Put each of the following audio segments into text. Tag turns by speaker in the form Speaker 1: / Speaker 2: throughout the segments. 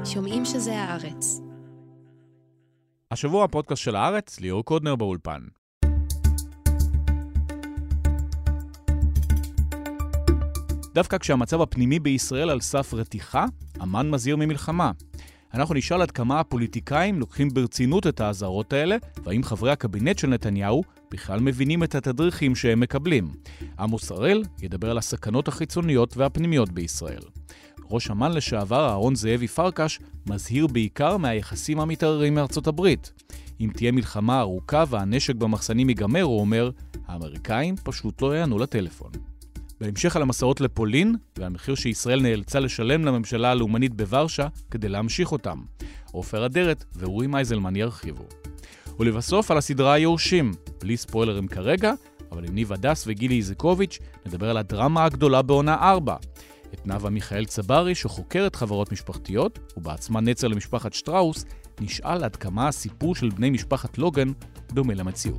Speaker 1: שומעים שזה הארץ.
Speaker 2: השבוע הפודקאסט של הארץ, ליאור קודנר באולפן. דווקא כשהמצב הפנימי בישראל על סף רתיחה, אמן מזהיר ממלחמה. אנחנו נשאל עד כמה הפוליטיקאים לוקחים ברצינות את האזהרות האלה, והאם חברי הקבינט של נתניהו בכלל מבינים את התדריכים שהם מקבלים. עמוס הראל ידבר על הסכנות החיצוניות והפנימיות בישראל. ראש אמ"ן לשעבר אהרון זאבי פרקש מזהיר בעיקר מהיחסים המתערערים מארצות הברית. אם תהיה מלחמה ארוכה והנשק במחסנים ייגמר, הוא אומר, האמריקאים פשוט לא יענו לטלפון. בהמשך על המסעות לפולין והמחיר שישראל נאלצה לשלם לממשלה הלאומנית בוורשה כדי להמשיך אותם. עופר אדרת ואורי מייזלמן ירחיבו. ולבסוף על הסדרה היורשים, בלי ספוילרים כרגע, אבל עם ניב הדס וגילי איזקוביץ' נדבר על הדרמה הגדולה בעונה 4. את נאוה מיכאל צברי שחוקרת חברות משפחתיות ובעצמה נצר למשפחת שטראוס, נשאל עד כמה הסיפור של בני משפחת לוגן דומה למציאות.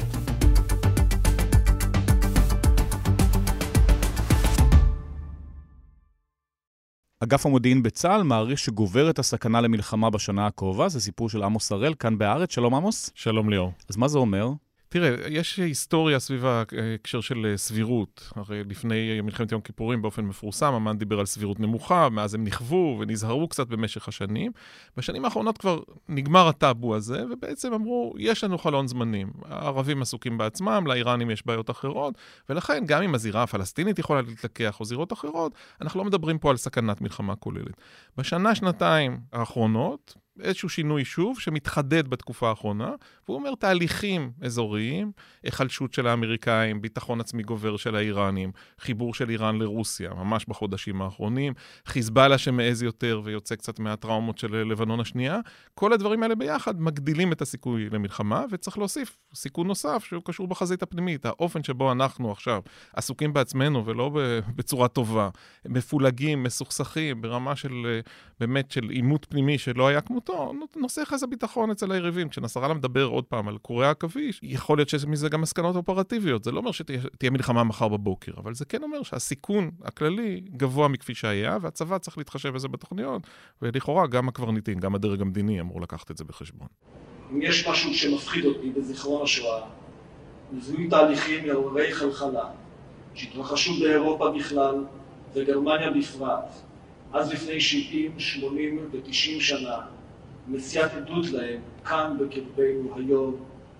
Speaker 2: אגף המודיעין בצה"ל מעריך שגוברת הסכנה למלחמה בשנה הקרובה. זה סיפור של עמוס הראל כאן בארץ. שלום עמוס.
Speaker 3: שלום ליאור.
Speaker 2: אז מה זה אומר?
Speaker 3: תראה, יש היסטוריה סביב ההקשר של סבירות. הרי לפני מלחמת יום כיפורים באופן מפורסם, אמן דיבר על סבירות נמוכה, מאז הם נכוו ונזהרו קצת במשך השנים. בשנים האחרונות כבר נגמר הטאבו הזה, ובעצם אמרו, יש לנו חלון זמנים. הערבים עסוקים בעצמם, לאיראנים יש בעיות אחרות, ולכן גם אם הזירה הפלסטינית יכולה להתלקח או זירות אחרות, אנחנו לא מדברים פה על סכנת מלחמה כוללת. בשנה, שנתיים האחרונות, איזשהו שינוי שוב שמתחדד בתקופה האחרונה, והוא אומר תהליכים אזוריים, החלשות של האמריקאים, ביטחון עצמי גובר של האיראנים, חיבור של איראן לרוסיה, ממש בחודשים האחרונים, חיזבאללה שמעז יותר ויוצא קצת מהטראומות של לבנון השנייה, כל הדברים האלה ביחד מגדילים את הסיכוי למלחמה, וצריך להוסיף סיכון נוסף שהוא קשור בחזית הפנימית, האופן שבו אנחנו עכשיו עסוקים בעצמנו ולא בצורה טובה, מפולגים, מסוכסכים, ברמה של באמת של עימות פנימי שלא היה כמותו, נושא חז הביטחון אצל היריבים. כשנסראללה מדבר עוד פעם על קוריאה העכביש, יכול להיות שמזה גם מסקנות אופרטיביות. זה לא אומר שתהיה מלחמה מחר בבוקר, אבל זה כן אומר שהסיכון הכללי גבוה מכפי שהיה, והצבא צריך להתחשב בזה בתוכניות, ולכאורה גם הקברניטים, גם הדרג המדיני אמור לקחת את זה בחשבון.
Speaker 4: אם יש משהו שמפחיד אותי בזיכרון השואה, נבואים תהליכים יעוררי חלחלה, שהתרחשו באירופה בכלל וגרמניה בפרט, אז לפני 70, 80 ו-90 שנה, מציאת עדות להם כאן בקרבנו היום,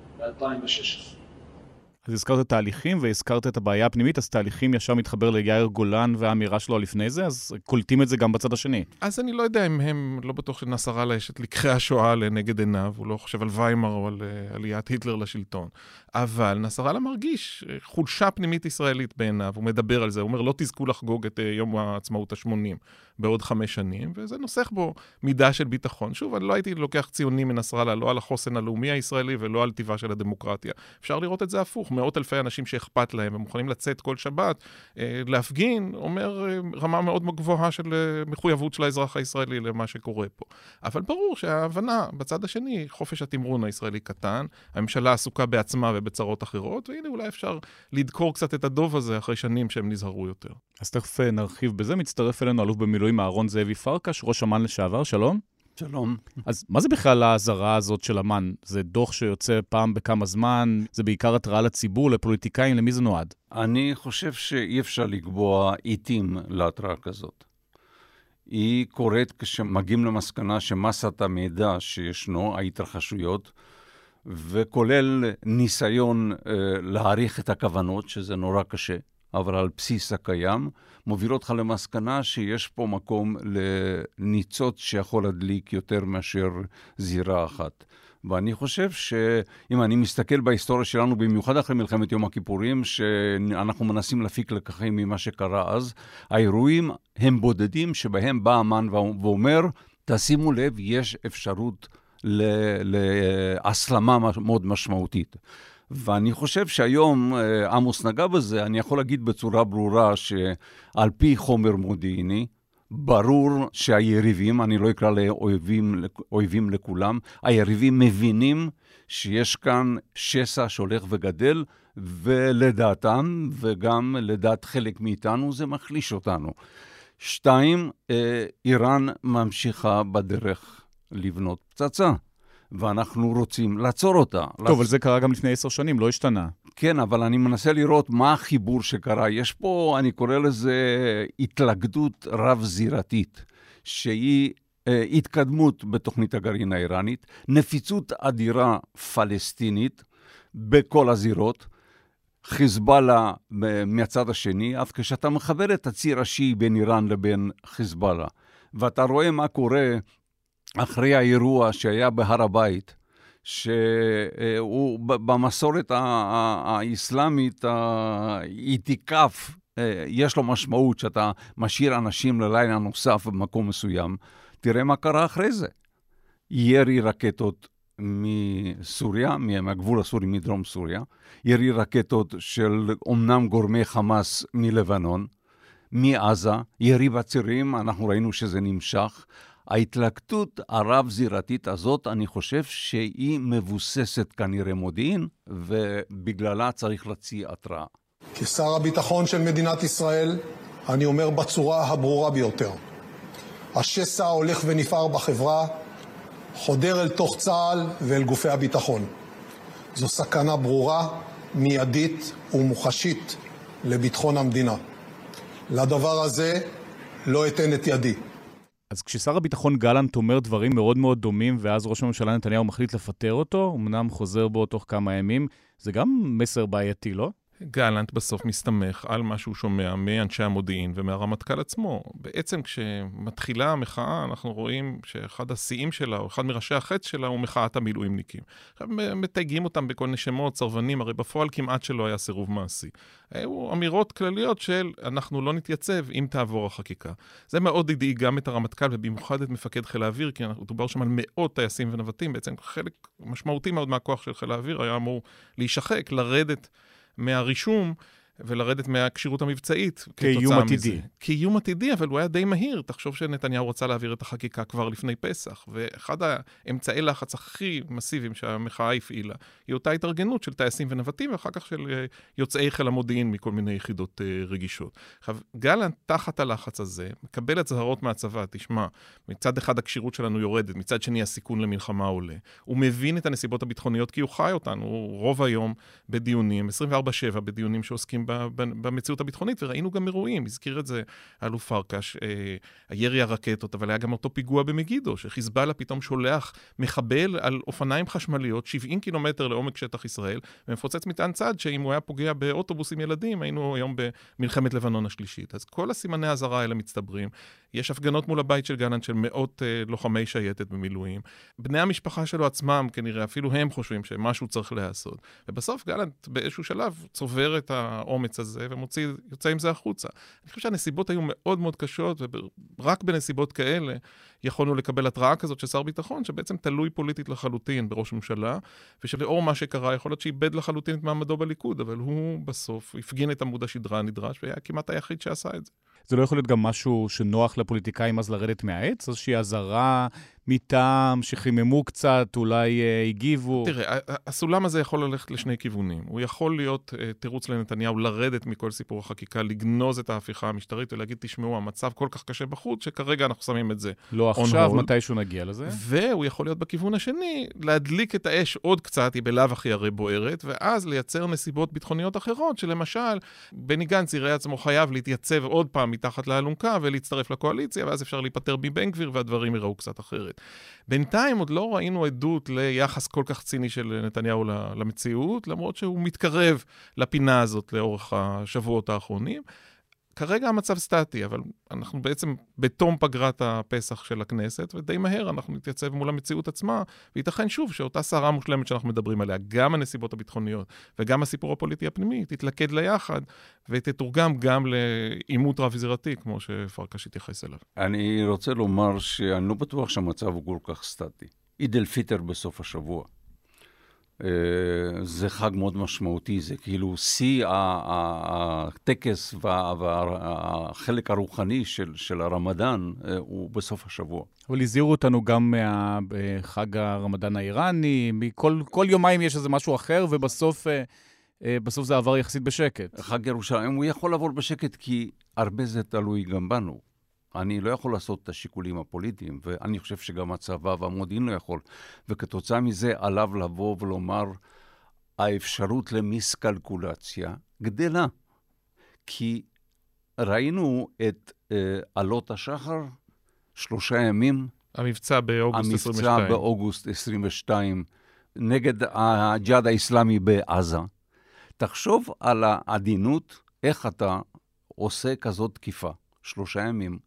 Speaker 4: ב-2016.
Speaker 2: אז הזכרת תהליכים והזכרת את הבעיה הפנימית, אז תהליכים ישר מתחבר ליאיר גולן והאמירה שלו לפני זה, אז קולטים את זה גם בצד השני.
Speaker 3: אז אני לא יודע אם הם, לא בטוח שנסראללה יש את לקחי השואה לנגד עיניו, הוא לא חושב על ויימר או על עליית היטלר לשלטון. אבל נסראללה מרגיש חולשה פנימית ישראלית בעיניו, הוא מדבר על זה, הוא אומר לא תזכו לחגוג את יום העצמאות ה-80 בעוד 5 שנים, וזה נוסח בו מידה של ביטחון. שוב, אני לא הייתי לוקח ציונים מנסראללה, לא על החוסן הלאומי הישראלי ולא על טבעה של הדמוקרטיה. אפשר לראות את זה הפוך. מאות אלפי אנשים שאכפת להם ומוכנים לצאת כל שבת, להפגין, אומר רמה מאוד גבוהה של מחויבות של האזרח הישראלי למה שקורה פה. אבל ברור שההבנה בצד השני, חופש התמרון הישראלי קטן, הממשלה עסוקה בעצמה ובצרות אחרות, והנה אולי אפשר לדקור קצת את הדוב הזה אחרי שנים שהם נזהרו יותר.
Speaker 2: אז תכף נרחיב בזה. מצטרף אלינו אלוף במילואים אהרון זאבי פרקש, ראש אמ"ן לשעבר. שלום.
Speaker 5: שלום.
Speaker 2: אז מה זה בכלל ההזרה הזאת של אמ"ן? זה דוח שיוצא פעם בכמה זמן? זה בעיקר התראה לציבור, לפוליטיקאים? למי זה נועד?
Speaker 5: אני חושב שאי אפשר לקבוע עיתים להתראה כזאת. היא קורית כשמגיעים למסקנה שמסת המידע שישנו, ההתרחשויות, וכולל ניסיון להעריך את הכוונות, שזה נורא קשה, אבל על בסיס הקיים, מוביל אותך למסקנה שיש פה מקום לניצוץ שיכול להדליק יותר מאשר זירה אחת. ואני חושב שאם אני מסתכל בהיסטוריה שלנו, במיוחד אחרי מלחמת יום הכיפורים, שאנחנו מנסים להפיק לקחים ממה שקרה אז, האירועים הם בודדים שבהם בא אמן ואומר, תשימו לב, יש אפשרות להסלמה מאוד משמעותית. ואני חושב שהיום, עמוס נגע בזה, אני יכול להגיד בצורה ברורה שעל פי חומר מודיעיני, ברור שהיריבים, אני לא אקרא לאויבים לכולם, היריבים מבינים שיש כאן שסע שהולך וגדל, ולדעתם, וגם לדעת חלק מאיתנו, זה מחליש אותנו. 2, איראן ממשיכה בדרך לבנות פצצה, ואנחנו רוצים לעצור אותה.
Speaker 2: טוב, אבל זה קרה גם לפני 10 שנים, לא השתנה.
Speaker 5: כן, אבל אני מנסה לראות מה החיבור שקרה. יש פה, אני קורא לזה התלכדות רב-זירתית, שהיא התקדמות בתוכנית הגרעין האיראנית, נפיצות אדירה פלסטינית בכל הזירות, חיזבאללה מהצד השני, אז כשאתה מחבר את הציר השיעי בין איראן לבין חיזבאללה, ואתה רואה מה קורה אחרי האירוע שהיה בהר הבית, שהוא במסורת האסלאמית, איתיקף, יש לו משמעות שאתה משאיר אנשים ללילה נוסף במקום מסוים, תראה מה קרה אחרי זה. ירי רקטות מסוריה, מהגבול הסורי, מדרום סוריה, ירי רקטות של אומנם גורמי חמאס מלבנון, מעזה, ירי בצירים, אנחנו ראינו שזה נמשך. ההתלקטות הרב-זירתית הזאת, אני חושב שהיא מבוססת כנראה מודיעין, ובגללה צריך להוציא התראה.
Speaker 1: כשר הביטחון של מדינת ישראל, אני אומר בצורה הברורה ביותר. השסע הולך ונפער בחברה, חודר אל תוך צה"ל ואל גופי הביטחון. זו סכנה ברורה, מיידית ומוחשית לביטחון המדינה. לדבר הזה לא אתן את ידי.
Speaker 2: אז כששר הביטחון גלנט אומר דברים מאוד מאוד דומים, ואז ראש הממשלה נתניהו מחליט לפטר אותו, אמנם חוזר בו תוך כמה ימים, זה גם מסר בעייתי, לא?
Speaker 3: גלנט בסוף מסתמך על מה שהוא שומע מאנשי המודיעין ומהרמטכ"ל עצמו. בעצם כשמתחילה המחאה, אנחנו רואים שאחד השיאים שלה, או אחד מראשי החץ שלה, הוא מחאת המילואימניקים. עכשיו מתייגים אותם בכל מיני שמות, סרבנים, הרי בפועל כמעט שלא היה סירוב מעשי. היו אמירות כלליות של אנחנו לא נתייצב אם תעבור החקיקה. זה מאוד הדאיג גם את הרמטכ"ל ובמיוחד את מפקד חיל האוויר, כי דובר שם על מאות טייסים ונווטים, בעצם חלק משמעותי מאוד מהכוח של חיל האוויר היה אמור להישחק, לרדת מהרישום ולרדת מהקשירות המבצעית.
Speaker 2: כאיום עתידי.
Speaker 3: כאיום עתידי, אבל הוא היה די מהיר. תחשוב שנתניהו רצה להעביר את החקיקה כבר לפני פסח, ואחד האמצעי לחץ הכי מסיביים שהמחאה הפעילה, היא אותה התארגנות של טייסים ונווטים, ואחר כך של יוצאי חיל המודיעין מכל מיני יחידות רגישות. עכשיו, גלנט תחת הלחץ הזה, מקבל את זהרות מהצבא, תשמע, מצד אחד הקשירות שלנו יורדת, מצד שני הסיכון למלחמה עולה. הוא מבין את הנסיבות הביטחוניות, כי הוא חי אותנו, הוא רוב היום בדיונים, 24/7 בדיונים שעוסקים במציאות הביטחונית, וראינו גם אירועים, הזכיר את זה אלוף פרקש, הירי הרקטות, אבל היה גם אותו פיגוע במגידו, שחיזבאללה פתאום שולח מחבל על אופניים חשמליות, 70 קילומטר לעומק שטח ישראל, ומפוצץ מטען צד, שאם הוא היה פוגע באוטובוס עם ילדים, היינו היום במלחמת לבנון השלישית. אז כל הסימני הזרה האלה מצטברים. יש הפגנות מול הבית של גלנט של מאות לוחמי שייטת במילואים. בני המשפחה שלו עצמם, כנראה, אפילו הם חושבים שמשהו צריך לעשות. ובסוף גלנט באיזשהו שלב צובר את האומץ הזה ויוצא עם זה החוצה. אני חושב שהנסיבות היו מאוד מאוד קשות, ורק בנסיבות כאלה יכולנו לקבל התראה כזאת של שר ביטחון, שבעצם תלוי פוליטית לחלוטין בראש ממשלה, ושלאור מה שקרה יכול להיות שאיבד לחלוטין את מעמדו בליכוד, אבל הוא בסוף הפגין את עמוד השדרה הנדרש, והיה כמעט היחיד שעשה את זה.
Speaker 2: זה לא יכול להיות גם משהו שנוח לפוליטיקאים אז לרדת מהעץ? אז שהיא עזרה מטעם, שחיממו קצת, אולי הגיבו?
Speaker 3: תראה, הסולם הזה יכול ללכת לשני כיוונים. הוא יכול להיות תירוץ לנתניהו לרדת מכל סיפור החקיקה, לגנוז את ההפיכה המשטרית ולהגיד, תשמעו, המצב כל כך קשה בחוץ, שכרגע אנחנו שמים את זה.
Speaker 2: לא עכשיו, מתישהו נגיע לזה.
Speaker 3: והוא יכול להיות בכיוון השני, להדליק את האש עוד קצת, היא בלאו הכי הרי בוערת, ואז לייצר נסיבות ביטחוניות אחרות, שלמשל, בני גנץ יראה עצמו חייב להתייצב עוד פעם מתחת לאלונקה ולהצטרף לקואליציה, ואז אפשר להיפטר מבן גביר והדברים יראו קצת אחרת. בינתיים עוד לא ראינו עדות ליחס כל כך ציני של נתניהו למציאות, למרות שהוא מתקרב לפינה הזאת לאורך השבועות האחרונים. כרגע המצב סטטי, אבל אנחנו בעצם בתום פגרת הפסח של הכנסת, ודי מהר אנחנו נתייצב מול המציאות עצמה, וייתכן שוב שאותה סערה מושלמת שאנחנו מדברים עליה, גם הנסיבות הביטחוניות וגם הסיפור הפוליטי הפנימי, תתלכד ליחד ותתורגם גם לעימות רב-זירתי, כמו שפרקש התייחס אליו.
Speaker 5: אני רוצה לומר שאני לא בטוח שהמצב הוא כל כך סטטי. עיד אל פיטר בסוף השבוע. זה חג מאוד משמעותי, זה כאילו שיא הטקס והחלק הרוחני של הרמדאן הוא בסוף השבוע.
Speaker 2: אבל הזהירו אותנו גם מהחג הרמדאן האיראני, כל יומיים יש איזה משהו אחר, ובסוף זה עבר יחסית בשקט.
Speaker 5: חג ירושלים, הוא יכול לעבור בשקט כי הרבה זה תלוי גם בנו. אני לא יכול לעשות את השיקולים הפוליטיים, ואני חושב שגם הצבא והמודיעין לא יכול. וכתוצאה מזה עליו לבוא ולומר, האפשרות למיסקלקולציה גדלה. כי ראינו את עלות השחר, 3 ימים.
Speaker 3: המבצע באוגוסט 22.
Speaker 5: המבצע באוגוסט 22, נגד הג'יהאד האסלאמי בעזה. תחשוב על העדינות, איך אתה עושה כזאת תקיפה, 3 ימים,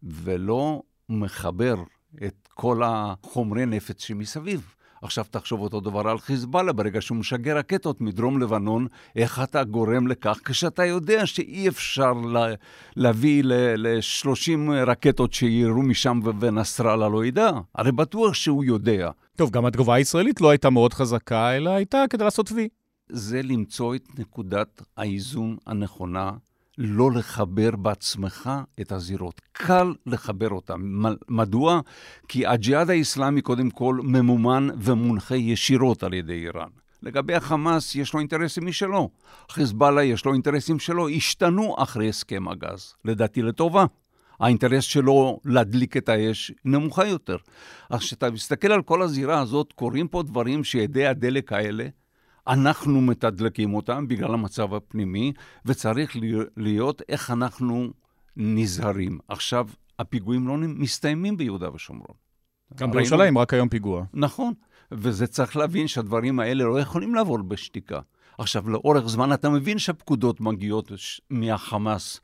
Speaker 5: ולא מחבר את כל החומרי נפץ שמסביב. עכשיו תחשוב אותו דבר על חיזבאללה, ברגע שהוא משגר רקטות מדרום לבנון, איך אתה גורם לכך, כשאתה יודע שאי אפשר להביא ל-30 רקטות שירו משם ונסראללה לא ידע. הרי בטוח שהוא יודע.
Speaker 2: טוב, גם התגובה הישראלית לא הייתה מאוד חזקה, אלא הייתה כדי לעשות וי.
Speaker 5: זה למצוא את נקודת האיזון הנכונה, לא לחבר בעצמך את הזירות. קל לחבר אותם. מדוע? כי הג'יהאד האסלאמי קודם כל ממומן ומונחה ישירות על ידי איראן. לגבי החמאס יש לו אינטרסים משלו. חיזבאללה יש לו אינטרסים שלו. השתנו אחרי הסכם הגז. לדעתי לטובה. האינטרס שלו להדליק את האש נמוכה יותר. אז כשאתה מסתכל על כל הזירה הזאת, קורים פה דברים שידי הדלק האלה, אנחנו מתדלקים אותם בגלל המצב הפנימי, וצריך להיות איך אנחנו נזהרים. עכשיו, הפיגועים לא מסתיימים ביהודה ושומרון.
Speaker 2: גם בירושלים, רק היום פיגוע.
Speaker 5: נכון, וזה צריך להבין שהדברים האלה לא יכולים לעבור בשתיקה. עכשיו, לאורך זמן אתה מבין שהפקודות מגיעות מהחמאס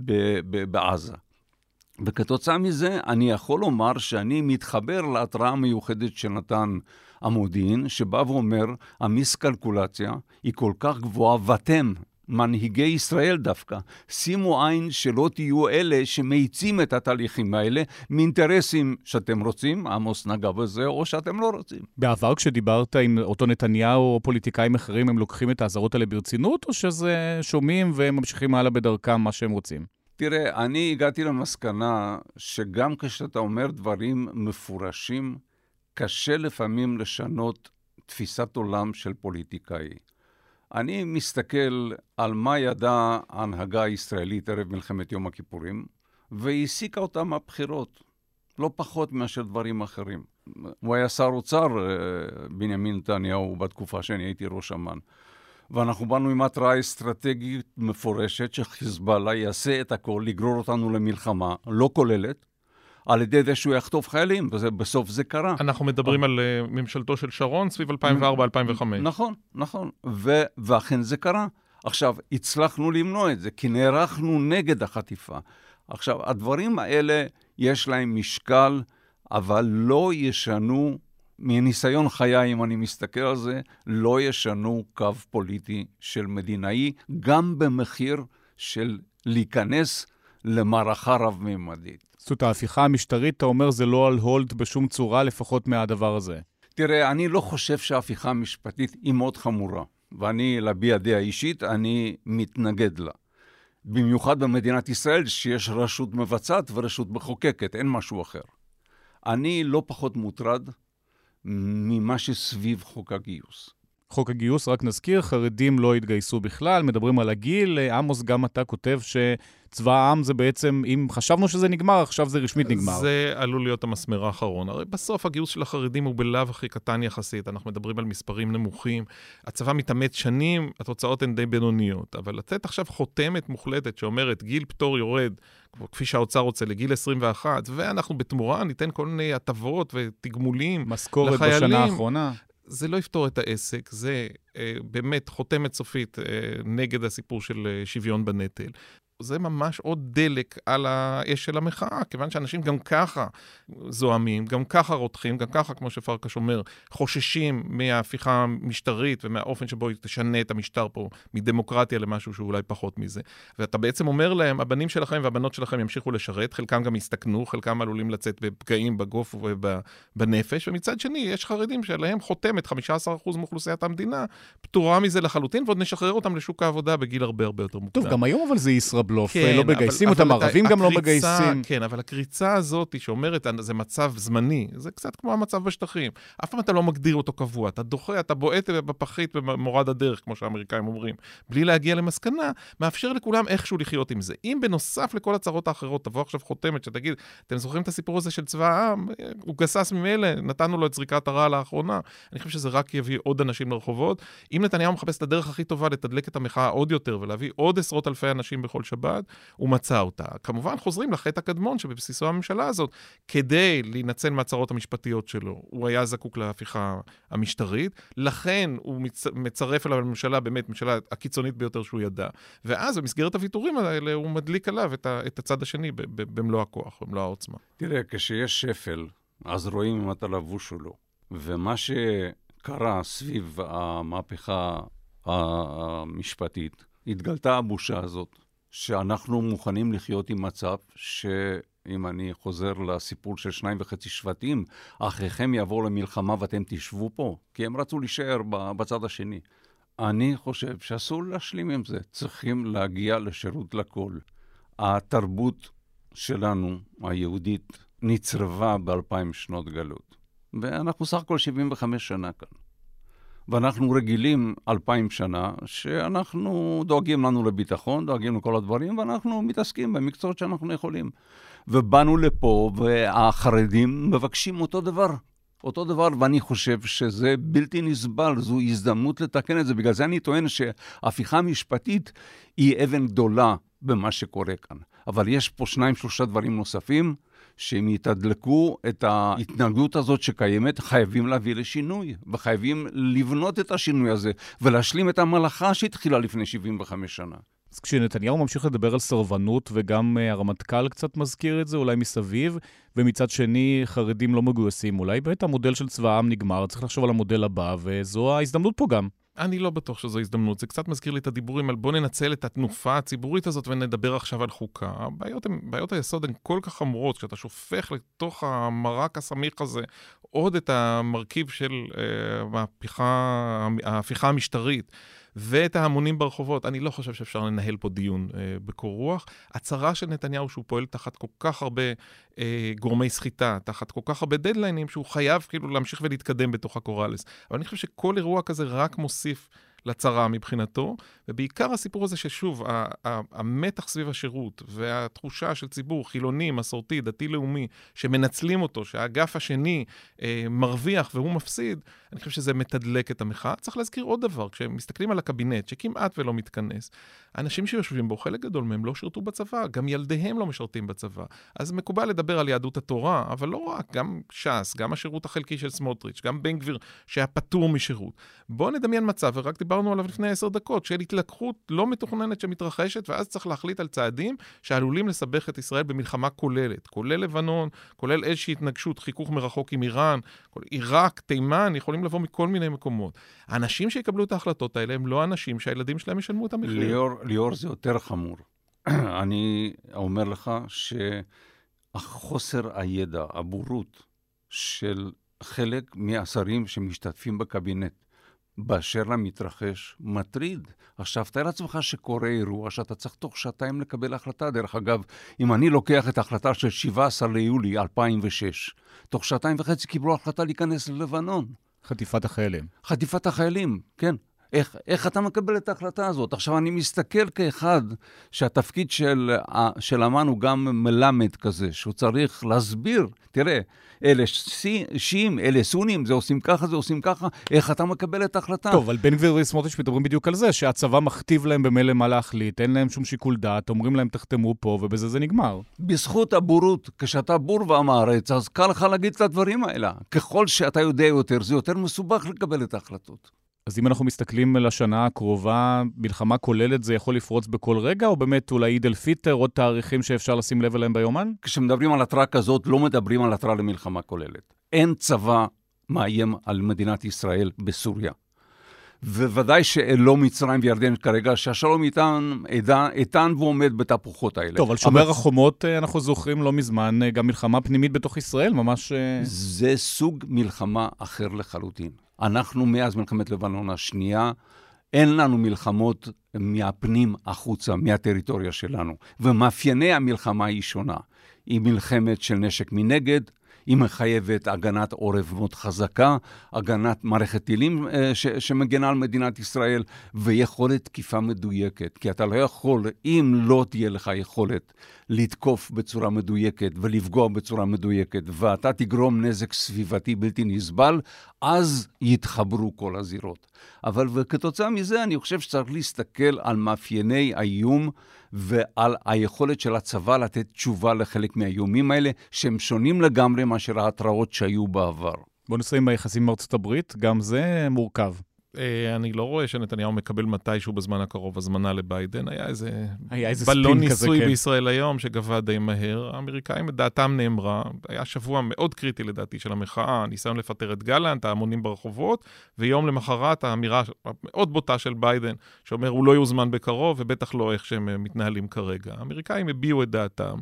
Speaker 5: בעזה. וכתוצאה מזה, אני יכול לומר שאני מתחבר להתראה המיוחדת שנתן המודיעין, שבא ואומר, המיסקלקולציה היא כל כך גבוהה, ואתם, מנהיגי ישראל דווקא, שימו עין שלא תהיו אלה שמאיצים את התהליכים האלה, מאינטרסים שאתם רוצים, עמוס נגע בזה, או שאתם לא רוצים.
Speaker 2: בעבר כשדיברת עם אותו נתניהו או פוליטיקאים אחרים, הם לוקחים את האזהרות האלה ברצינות, או שזה שומעים והם ממשיכים הלאה בדרכם מה שהם רוצים?
Speaker 5: תראה, אני הגעתי למסקנה שגם כשאתה אומר דברים מפורשים, קשה לפעמים לשנות תפיסת עולם של פוליטיקאי. אני מסתכל על מה ידעה ההנהגה הישראלית ערב מלחמת יום הכיפורים, והעסיקה אותה מהבחירות, לא פחות מאשר דברים אחרים. הוא היה שר אוצר, בנימין נתניהו, בתקופה שאני הייתי ראש אמ"ן. ואנחנו באנו עם התראה אסטרטגית מפורשת שחיזבאללה יעשה את הכל, לגרור אותנו למלחמה, לא כוללת, על ידי זה שהוא יחטוף חיילים, ובסוף זה קרה.
Speaker 3: אנחנו מדברים על ממשלתו של שרון סביב 2004-2005.
Speaker 5: נכון, נכון. ואכן זה קרה. עכשיו, הצלחנו למנוע את זה, כי נערכנו נגד החטיפה. עכשיו, הדברים האלה יש להם משקל, אבל לא ישנו, מניסיון חיי, אם אני מסתכל על זה, לא ישנו קו פוליטי של מדינאי, גם במחיר של להיכנס למערכה רב-ממדית.
Speaker 2: זאת ההפיכה המשטרית, אתה אומר, זה לא על הולד בשום צורה, לפחות מהדבר הזה.
Speaker 5: תראה, אני לא חושב שההפיכה המשפטית היא מאוד חמורה, ואני, להביע דעה אישית, אני מתנגד לה. במיוחד במדינת ישראל, שיש רשות מבצעת ורשות מחוקקת, אין משהו אחר. אני לא פחות מוטרד ממה שסביב חוק הגיוס.
Speaker 2: חוק הגיוס, רק נזכיר, חרדים לא התגייסו בכלל, מדברים על הגיל. עמוס, גם אתה כותב שצבא העם זה בעצם, אם חשבנו שזה נגמר, עכשיו זה רשמית נגמר.
Speaker 3: זה עלול להיות המסמר האחרון. הרי בסוף הגיוס של החרדים הוא בלב הכי קטן יחסית, אנחנו מדברים על מספרים נמוכים, הצבא מתאמץ שנים, התוצאות הן די בינוניות, אבל לתת עכשיו חותמת מוחלטת שאומרת גיל פטור יורד, כפי שהאוצר רוצה, לגיל 21, ואנחנו בתמורה ניתן כל מיני הטבות ותגמולים
Speaker 2: משכורת בשנה האחרונה.
Speaker 3: זה לא יפתור את העסק, זה באמת חותמת סופית נגד הסיפור של שוויון בנטל. זה ממש עוד דלק על האש של המחאה, כיוון שאנשים גם ככה זוהמים, גם ככה רותחים, גם ככה, כמו שפרקש אומר, חוששים מההפיכה המשטרית ומהאופן שבו היא תשנה את המשטר פה מדמוקרטיה למשהו שאולי פחות מזה. ואתה בעצם אומר להם, הבנים שלכם והבנות שלכם ימשיכו לשרת, חלקם גם יסתכנו, חלקם עלולים לצאת בפגעים בגוף ובנפש, ומצד שני יש חרדים שלהם חותמת 15% מאוכלוסיית המדינה, פטורה מזה לחלוטין, ועוד נשחרר אותם לשוק העבודה בגיל הרבה יותר מוקדם.
Speaker 2: טוב, גם היום אבל זה ישראבלוף. ישראבלוף, לא מגייסים אותם, ערבים גם לא מגייסים.
Speaker 3: כן, אבל הקריצה הזאת שאומרת, זה מצב זמני, זה קצת כמו המצב בשטחים. אף פעם אתה לא מגדיר אותו קבוע, אתה דוחה, אתה בועט בפחית במורד הדרך, כמו שהאמריקאים אומרים, בלי להגיע למסקנה, מאפשר לכולם איכשהו לחיות עם זה. אם בנוסף לכל הצרות האחרות, תבוא עכשיו חותמת שתגיד, אתם זוכרים את הסיפור הזה של צבא העם? הוא גסס ממילא, נתנו לו את זריקת הרעל האחרונה. אני חושב שזה רק יביא עוד אנשים לרחובות. אם נתניהו מחפש את הדרך הכי טובה לתדלק את המחאה עוד יותר ולהביא עוד עשרות אלפי אנשים בכל שבת, הוא מצא אותה. כמובן חוזרים לחטא הקדמון שבבסיסו הממשלה הזאת, כדי להינצל מהצרות המשפטיות שלו. הוא היה זקוק להפיכה המשטרית, לכן הוא מצרף אליו לממשלה, באמת ממשלה הקיצונית ביותר שהוא ידע. ואז במסגרת הוויתורים האלה הוא מדליק עליו את הצד השני במלוא הכוח, במלוא העוצמה.
Speaker 5: תראה, כשיש שפל, אז רואים אם אתה לבוש או לא. ומה שקרה סביב המהפכה המשפטית, התגלתה הבושה הזאת, שאנחנו מוכנים לחיות עם מצב שאם אני חוזר לסיפור של 2.5 שבטים, אחריכם יעבור למלחמה ואתם תשבו פה, כי הם רצו להישאר בצד השני. אני חושב שאסור להשלים עם זה, צריכים להגיע לשירות לכל. התרבות שלנו, היהודית, נצרבה ב2000 שנות גלות. ואנחנו סך הכל 75 שנה כאן. ואנחנו רגילים 2000 שנה שאנחנו דואגים לנו לביטחון, דואגים לכל הדברים, ואנחנו מתעסקים במקצועות שאנחנו יכולים. ובאנו לפה, והחרדים מבקשים אותו דבר. אותו דבר, ואני חושב שזה בלתי נסבל, זו הזדמנות לתקן את זה. בגלל זה אני טוען שההפיכה המשפטית היא אבן גדולה במה שקורה כאן. אבל יש פה 2-3 דברים נוספים, שהם יתדלקו את ההתנגדות הזאת שקיימת, חייבים להביא לשינוי, וחייבים לבנות את השינוי הזה, ולהשלים את המלאכה שהתחילה לפני 75 שנה.
Speaker 2: אז כשנתניהו ממשיך לדבר על סרבנות, וגם הרמטכ"ל קצת מזכיר את זה, אולי מסביב, ומצד שני חרדים לא מגויסים, אולי באמת המודל של צבא העם נגמר, צריך לחשוב על המודל הבא, וזו ההזדמנות פה גם.
Speaker 3: אני לא בטוח שזו הזדמנות, זה קצת מזכיר לי את הדיבורים על בוא ננצל את התנופה הציבורית הזאת ונדבר עכשיו על חוקה. בעיות היסוד הן כל כך חמורות, כשאתה שופך לתוך המרק הסמיך הזה עוד את המרכיב של ההפיכה המשטרית, ואת ההמונים ברחובות. אני לא חושב שאפשר לנהל פה דיון בקור רוח. הצרה של נתניהו שהוא פועל תחת כל כך הרבה גורמי סחיטה, תחת כל כך הרבה דדליינים, שהוא חייב כאילו להמשיך ולהתקדם בתוך הקוראלס. אבל אני חושב שכל אירוע כזה רק מוסיף לצרה מבחינתו, ובעיקר הסיפור הזה ששוב, המתח סביב השירות, והתחושה של ציבור חילוני, מסורתי, דתי-לאומי, שמנצלים אותו, שהאגף השני מרוויח והוא מפסיד, אני חושב שזה מתדלק את המחאה. צריך להזכיר עוד דבר, כשמסתכלים על הקבינט, שכמעט ולא מתכנס, האנשים שיושבים בו, חלק גדול מהם לא שירתו בצבא, גם ילדיהם לא משרתים בצבא. אז מקובל לדבר על יהדות התורה, אבל לא רק, גם ש"ס, גם השירות החלקי של סמוטריץ', גם בן גביר שהיה פטור משירות. בואו נדמיין מצב, ורק דיברנו עליו לפני 10 דקות, של התלקחות לא מתוכננת שמתרחשת, ואז צריך להחליט על צעדים שעלולים לסבך את ישראל במלחמה כוללת, כולל לבנון, כולל איזושהי התנגשות, חיכוך מרחוק עם איראן, עיראק, תימן, יכולים לבוא מכל מיני מקומות. האנשים שיקבלו את ההחלטות האלה הם לא אנשים שהילדים שלהם ישלמו את המחיר.
Speaker 5: ליאור, זה יותר חמור. אני אומר לך שהחוסר הידע, הבורות של חלק מהשרים שמשתתפים בקבינט, באשר למתרחש, מטריד. עכשיו, תאר לעצמך שקורה אירוע שאתה צריך תוך 2 שעתיים לקבל החלטה. דרך אגב, אם אני לוקח את ההחלטה של 17 ליולי 2006, תוך 2.5 שעתיים קיבלו החלטה להיכנס ללבנון.
Speaker 2: חטיפת החיילים.
Speaker 5: חטיפת החיילים, כן. איך אתה מקבל את ההחלטה הזאת? עכשיו, אני מסתכל כאחד שהתפקיד של אמן הוא גם מלמד כזה, שהוא צריך להסביר, תראה, אלה שיעים, אלה סונים, זה עושים ככה, זה עושים ככה, איך אתה מקבל את ההחלטה?
Speaker 2: טוב, אבל בן גביר וסמוטריץ' מדברים בדיוק על זה, שהצבא מכתיב להם במילא מה להחליט, אין להם שום שיקול דעת, אומרים להם תחתמו פה, ובזה זה נגמר.
Speaker 5: בזכות הבורות, כשאתה בור והמארץ, אז קל לך להגיד את הדברים האלה. ככל שאתה יודע יותר, זה יותר מסובך לקבל את ההחלטות.
Speaker 2: אז אם אנחנו מסתכלים על השנה הקרובה, מלחמה כוללת זה יכול לפרוץ בכל רגע, או באמת אולי עיד אל פיטר, עוד תאריכים שאפשר לשים לב אליהם ביומן?
Speaker 5: כשמדברים על התראה כזאת, לא מדברים על התראה למלחמה כוללת. אין צבא מאיים על מדינת ישראל בסוריה. וודאי שלא מצרים וירדן כרגע, שהשלום איתן ועומד בתפוחות האלה.
Speaker 2: טוב, על שומר החומות אנחנו זוכרים לא מזמן, גם מלחמה פנימית בתוך ישראל, ממש...
Speaker 5: זה סוג מלחמה אחר לחלוטין. אנחנו מאז מלחמת לבנון השנייה אין לנו מלחמות מהפנים החוצה, מהטריטוריה שלנו. ומאפייני המלחמה היא שונה. היא מלחמת של נשק מנגד, היא מחייבת הגנת עורף מאוד חזקה, הגנת מערכת טילים שמגנה על מדינת ישראל, ויכולת תקיפה מדויקת. כי אתה לא יכול, אם לא תהיה לך יכולת לתקוף בצורה מדויקת ולפגוע בצורה מדויקת, ואתה תגרום נזק סביבתי בלתי נסבל, אז יתחברו כל הזירות. אבל וכתוצאה מזה אני חושב שצריך להסתכל על מאפייני האיום, ועל היכולת של הצבא לתת תשובה לחלק מהאיומים האלה, שהם שונים לגמרי מאשר ההתראות שהיו בעבר.
Speaker 2: בוא נסיים ביחסים עם ארצות הברית, גם זה מורכב.
Speaker 3: אני לא רואה שנתניהו מקבל מתישהו בזמן הקרוב הזמנה לביידן. היה איזה
Speaker 2: ספין
Speaker 3: בלון
Speaker 2: כזה,
Speaker 3: ניסוי
Speaker 2: כן.
Speaker 3: בישראל היום שגבה די מהר. האמריקאים דעתם נאמרה. היה שבוע מאוד קריטי לדעתי של המחאה, ניסיון לפטר את גלנט, ההמונים ברחובות, ויום למחרת האמירה מאוד בוטה של ביידן, שאומר הוא לא יוזמן בקרוב, ובטח לא איך שהם מתנהלים כרגע. האמריקאים הביעו את דעתם.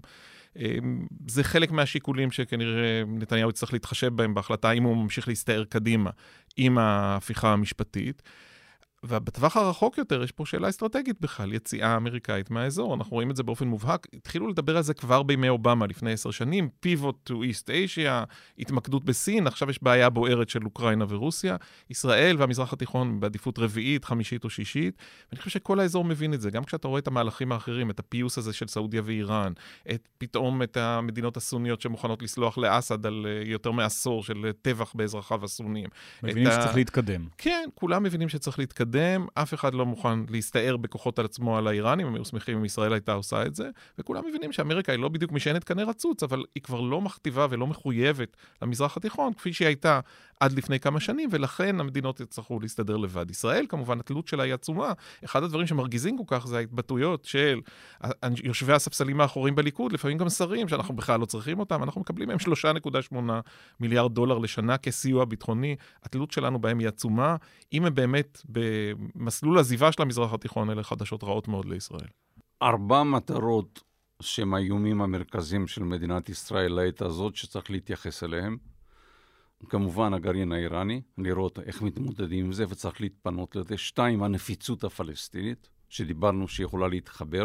Speaker 3: זה חלק מהשיקולים שכנראה נתניהו יצטרך להתחשב בהם בהחלטה אם הוא ממשיך להסתער קדימה עם ההפיכה המשפטית. ובטווח הרחוק יותר יש פה שאלה אסטרטגית בכלל, יציאה אמריקאית מהאזור. אנחנו רואים את זה באופן מובהק. התחילו לדבר על זה כבר בימי אובמה לפני 10 שנים, pivot to East Asia, התמקדות בסין, עכשיו יש בעיה בוערת של אוקראינה ורוסיה, ישראל והמזרח התיכון בעדיפות רביעית, חמישית או שישית, ואני חושב שכל האזור מבין את זה, גם כשאתה רואה את המהלכים האחרים, את הפיוס הזה של סעודיה ואיראן, פתאום את המדינות הסוניות שמוכנות לסלוח לאסד על יותר מעשור של טבח באזרחיו הסוניים.
Speaker 2: מבינים שצריך להתקדם.
Speaker 3: כן, כולם מבינים שצריך להתקדם, אף אחד לא מוכן להסתער בכוחות על עצמו על האיראנים, הם היו שמחים אם ישראל הייתה עושה את זה, וכולם מבינים שאמריקה היא לא בדיוק משענת כנראה רצוץ, אבל היא כבר לא מכתיבה ולא מחויבת למזרח התיכון, כפי שהיא הייתה עד לפני כמה שנים, ולכן המדינות יצטרכו להסתדר לבד. ישראל, כמובן, התלות שלה היא עצומה. אחד הדברים שמרגיזים כל כך זה ההתבטאויות של יושבי הספסלים האחוריים בליכוד, לפעמים גם שרים שאנחנו בכלל לא צריכים אותם, אנחנו מקבלים מהם 3.8 מיליארד דולר לשנה כסיוע ביטחוני. התלות שלנו בהם היא עצומה. אם הם באמת במסלול הזיבה של המזרח התיכון, אלה חדשות רעות מאוד לישראל.
Speaker 5: 4 מטרות שהם האיומים המרכזיים של מדינת ישראל לעת הזאת שצריך להתייחס אליהם. כמובן הגרעין האיראני, לראות איך מתמודדים עם זה וצריך להתפנות לזה. 2, הנפיצות הפלסטינית, שדיברנו שיכולה להתחבר.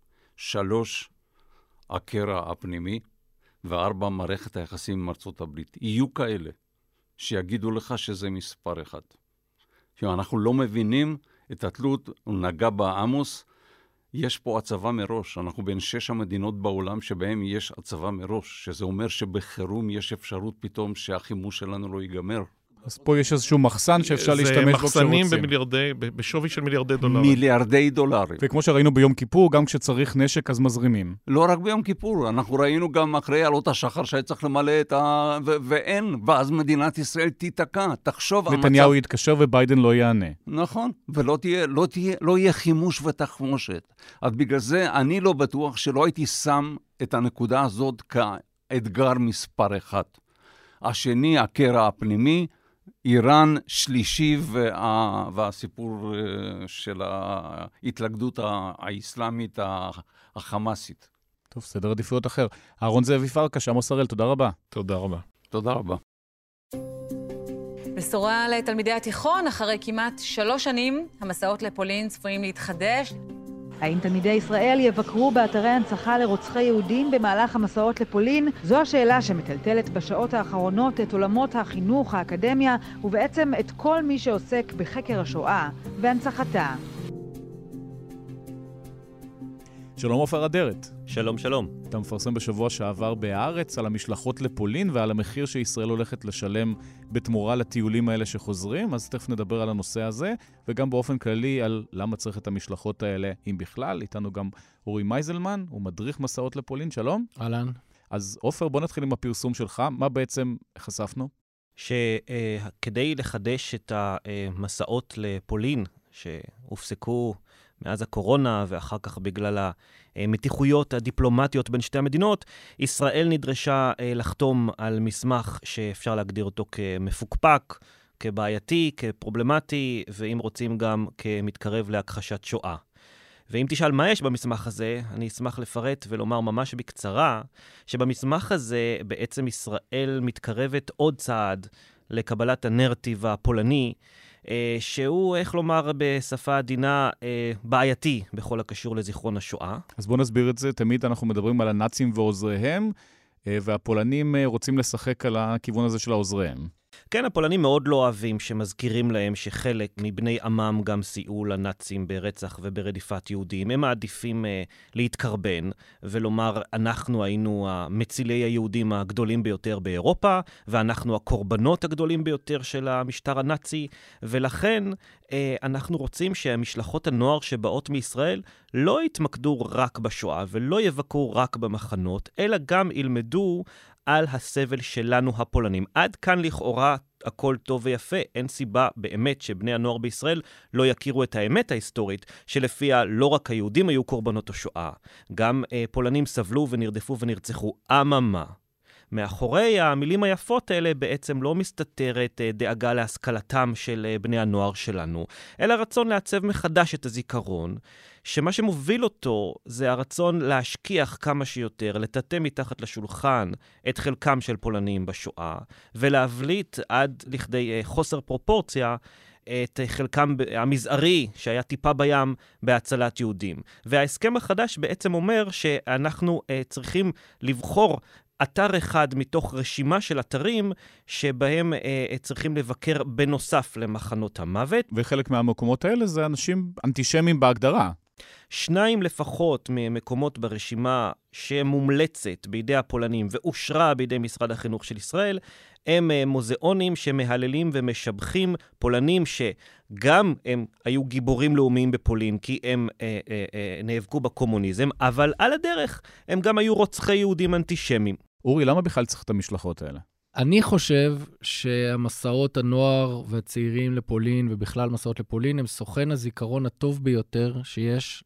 Speaker 5: 3, הקרע הפנימי. 4, מערכת היחסים עם ארצות הברית. יהיו כאלה שיגידו לך שזה מספר 1. אנחנו לא מבינים את התלות, הוא נגע בעמוס, יש פה הצבה מראש, אנחנו בין 6 המדינות בעולם שבהם יש הצבה מראש, שזה אומר שבחירום יש אפשרות פתאום שהחימוש שלנו לא ייגמר.
Speaker 2: אז פה יש איזשהו מחסן שאפשר להשתמש בו כשרוצים.
Speaker 3: זה מחסנים בשווי של מיליארדי דולרים.
Speaker 5: מיליארדי דולרים.
Speaker 2: וכמו שראינו ביום כיפור, גם כשצריך נשק אז מזרימים.
Speaker 5: לא רק ביום כיפור, אנחנו ראינו גם אחרי עלות השחר שצריך למלא את ואין, ואז מדינת ישראל תיתקע, תחשוב על מצב...
Speaker 2: נתניהו יתקשר וביידן לא יענה.
Speaker 5: נכון, ולא יהיה חימוש ותחמושת. אז בגלל זה אני לא בטוח שלא הייתי שם את הנקודה הזאת כאתגר מספר 1. השני, הקרע הפנימי, איראן שלישי והסיפור של ההתלכדות האסלאמית החמאסית.
Speaker 2: טוב, סדר עדיפויות אחר. אהרון זאבי פרקש, עמוס הראל, תודה רבה.
Speaker 3: תודה רבה.
Speaker 5: תודה רבה.
Speaker 6: בשורה לתלמידי התיכון, אחרי כמעט 3 שנים, המסעות לפולין צפויים להתחדש.
Speaker 7: האם תלמידי ישראל יבקרו באתרי הנצחה לרוצחי יהודים במהלך המסעות לפולין? זו השאלה שמטלטלת בשעות האחרונות את עולמות החינוך, האקדמיה, ובעצם את כל מי שעוסק בחקר השואה והנצחתה.
Speaker 2: שלום עופר אדרת.
Speaker 8: שלום, שלום.
Speaker 2: אתה מפרסם בשבוע שעבר בהארץ על המשלחות לפולין ועל המחיר שישראל הולכת לשלם בתמורה לטיולים האלה שחוזרים, אז תכף נדבר על הנושא הזה, וגם באופן כללי על למה צריך את המשלחות האלה, אם בכלל. איתנו גם אורי מייזלמן, הוא מדריך מסעות לפולין, שלום.
Speaker 8: אהלן.
Speaker 2: אז עופר, בוא נתחיל עם הפרסום שלך, מה בעצם חשפנו?
Speaker 8: שכדי לחדש את המסעות לפולין, שהופסקו מאז הקורונה ואחר כך בגלל המתיחויות הדיפלומטיות בין שתי המדינות, ישראל נדרשה לחתום על מסמך שאפשר להגדיר אותו כמפוקפק, כבעייתי, כפרובלמטי, ואם רוצים גם כמתקרב להכחשת שואה. ואם תשאל מה יש במסמך הזה, אני אשמח לפרט ולומר ממש בקצרה, שבמסמך הזה בעצם ישראל מתקרבת עוד צעד לקבלת הנרטיב הפולני, שהוא, איך לומר בשפה עדינה, בעייתי בכל הקשור לזיכרון השואה.
Speaker 2: אז בואו נסביר את זה. תמיד אנחנו מדברים על הנאצים ועוזריהם, והפולנים רוצים לשחק על הכיוון הזה של העוזריהם.
Speaker 8: כן, הפולנים מאוד לא אוהבים שמזכירים להם שחלק מבני עמם גם סייעו לנאצים ברצח וברדיפת יהודים. הם מעדיפים להתקרבן ולומר, אנחנו היינו המצילי היהודים הגדולים ביותר באירופה, ואנחנו הקורבנות הגדולים ביותר של המשטר הנאצי, ולכן אנחנו רוצים שהמשלחות הנוער שבאות מישראל לא יתמקדו רק בשואה ולא יבקרו רק במחנות, אלא גם ילמדו על הסבל שלנו הפולנים. עד כאן לכאורה הכל טוב ויפה. אין סיבה באמת שבני הנוער בישראל לא יכירו את האמת ההיסטורית, שלפיה לא רק היהודים היו קורבנות השואה, גם פולנים סבלו ונרדפו ונרצחו. אממה, מאחורי המילים היפות האלה בעצם לא מסתתרת דאגה להשכלתם של בני הנוער שלנו, אלא רצון לעצב מחדש את הזיכרון, שמה שמוביל אותו זה הרצון להשכיח כמה שיותר, לטאטא מתחת לשולחן את חלקם של פולנים בשואה, ולהבליט עד לכדי חוסר פרופורציה את חלקם המזערי שהיה טיפה בים בהצלת יהודים. וההסכם החדש בעצם אומר שאנחנו צריכים לבחור אתר אחד מתוך רשימה של אתרים שבהם צריכים לבקר בנוסף למחנות המוות.
Speaker 2: וחלק מהמקומות האלה זה אנשים אנטישמים בהגדרה.
Speaker 8: 2 לפחות ממקומות ברשימה שמומלצת בידי הפולנים ואושרה בידי משרד החינוך של ישראל, הם מוזיאונים שמהללים ומשבחים פולנים שגם הם היו גיבורים לאומיים בפולין, כי הם נאבקו בקומוניזם, אבל על הדרך הם גם היו רוצחי יהודים אנטישמים.
Speaker 2: אורי, למה בכלל צריך את המשלחות האלה?
Speaker 9: אני חושב שהמסעות הנוער והצעירים לפולין, ובכלל מסעות לפולין, הם סוכן הזיכרון הטוב ביותר שיש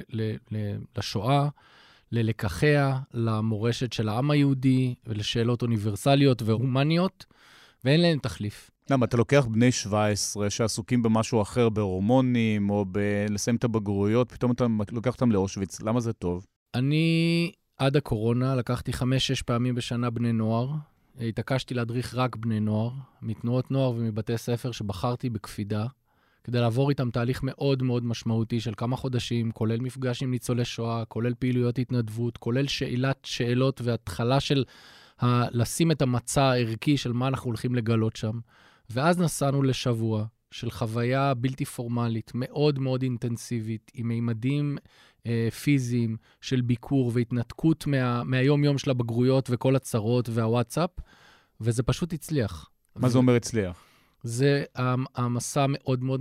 Speaker 9: לשואה, ללקחיה, למורשת של העם היהודי, ולשאלות אוניברסליות והומניות, ואין להם תחליף.
Speaker 2: למה, אתה לוקח בני 17 שעסוקים במשהו אחר, בהורמונים, או לסיים את הבגרויות, פתאום אתה לוקח אותם לאושוויץ. למה זה טוב?
Speaker 9: אני, עד הקורונה, לקחתי 5-6 פעמים בשנה בני נוער, התעקשתי להדריך רק בני נוער, מתנועות נוער ומבתי ספר שבחרתי בקפידה, כדי לעבור איתם תהליך מאוד מאוד משמעותי של כמה חודשים, כולל מפגש עם ניצולי שואה, כולל פעילויות התנדבות, כולל שאלות והתחלה של לשים את המצע הערכי של מה אנחנו הולכים לגלות שם. ואז נסענו לשבוע של חוויה בלתי פורמלית, מאוד מאוד אינטנסיבית, עם מימדים פיזיים של ביקור והתנתקות מהיום-יום של הבגרויות וכל הצרות והוואטסאפ, וזה פשוט הצליח.
Speaker 2: מה זה אומר הצליח?
Speaker 9: זה המסע מאוד מאוד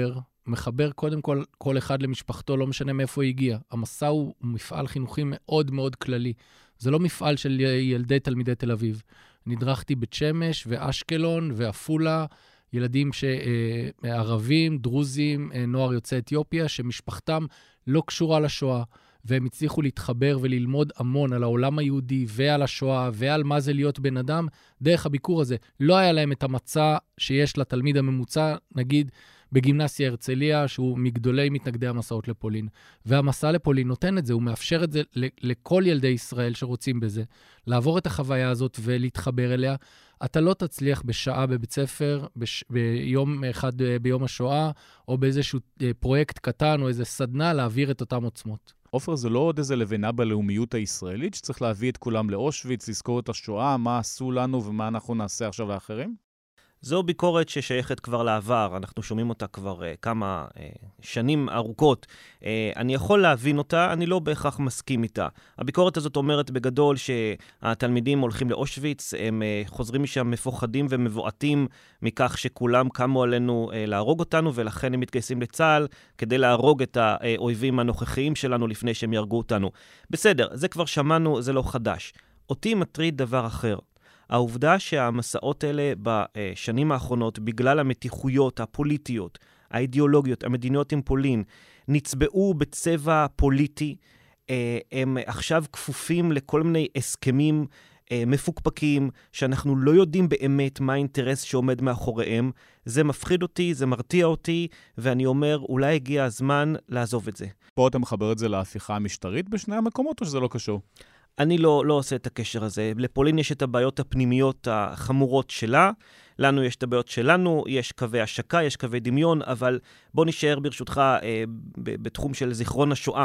Speaker 9: מחבר קודם כל אחד למשפחתו, לא משנה מאיפה הוא הגיע. המסע הוא מפעל חינוכי מאוד מאוד כללי. זה לא מפעל של ילדי תלמידי תל אביב. נדרכתי בית שמש ואשקלון ואפולה, ילדים ערבים, דרוזים, נוער יוצא אתיופיה, שמשפחתם לא קשורה לשואה, והם הצליחו להתחבר וללמוד המון על העולם היהודי ועל השואה ועל מה זה להיות בן אדם דרך הביקור הזה. לא היה להם את המצע שיש לתלמיד הממוצע, נגיד בגימנסיה הרצליה, שהוא מגדולי מתנגדי המסעות לפולין. והמסע לפולין נותן את זה, הוא מאפשר את זה לכל ילדי ישראל שרוצים בזה, לעבור את החוויה הזאת ולהתחבר אליה. אתה לא תצליח בשעה בבית ספר, ביום אחד ביום השואה, או באיזשהו פרויקט קטן או איזה סדנה להעביר את אותם עוצמות.
Speaker 2: עופר, זה לא עוד איזה לבנה בלאומיות הישראלית, שצריך להביא את כולם לאושוויץ, לזכור את השואה, מה עשו לנו ומה אנחנו נעשה עכשיו לאחרים?
Speaker 8: זו ביקורת ששייכת כבר לעבר, אנחנו שומעים אותה כבר כמה שנים ארוכות. אני יכול להבין אותה, אני לא בהכרח מסכים איתה. הביקורת הזאת אומרת בגדול שהתלמידים הולכים לאושוויץ, הם חוזרים משם מפוחדים ומבועטים מכך שכולם קמו עלינו להרוג אותנו, ולכן הם מתגייסים לצה"ל כדי להרוג את האויבים הנוכחיים שלנו לפני שהם ירגו אותנו. בסדר, זה כבר שמענו, זה לא חדש. אותי מטריד דבר אחר. העובדה שהמסעות האלה בשנים האחרונות, בגלל המתיחויות הפוליטיות, האידיאולוגיות, המדיניות עם פולין, נצבעו בצבע פוליטי, הם עכשיו כפופים לכל מיני הסכמים מפוקפקים, שאנחנו לא יודעים באמת מה האינטרס שעומד מאחוריהם. זה מפחיד אותי, זה מרתיע אותי, ואני אומר, אולי הגיע הזמן לעזוב את זה.
Speaker 2: פה אתה מחבר את זה להפיכה המשטרית בשני המקומות, או שזה לא קשור?
Speaker 8: אני לא עושה את הקשר הזה. לפולין יש את הבעיות הפנימיות החמורות שלה, לנו יש את הבעיות שלנו, יש קווי השקה, יש קווי דמיון, אבל בוא נשאר ברשותך בתחום של זיכרון השואה.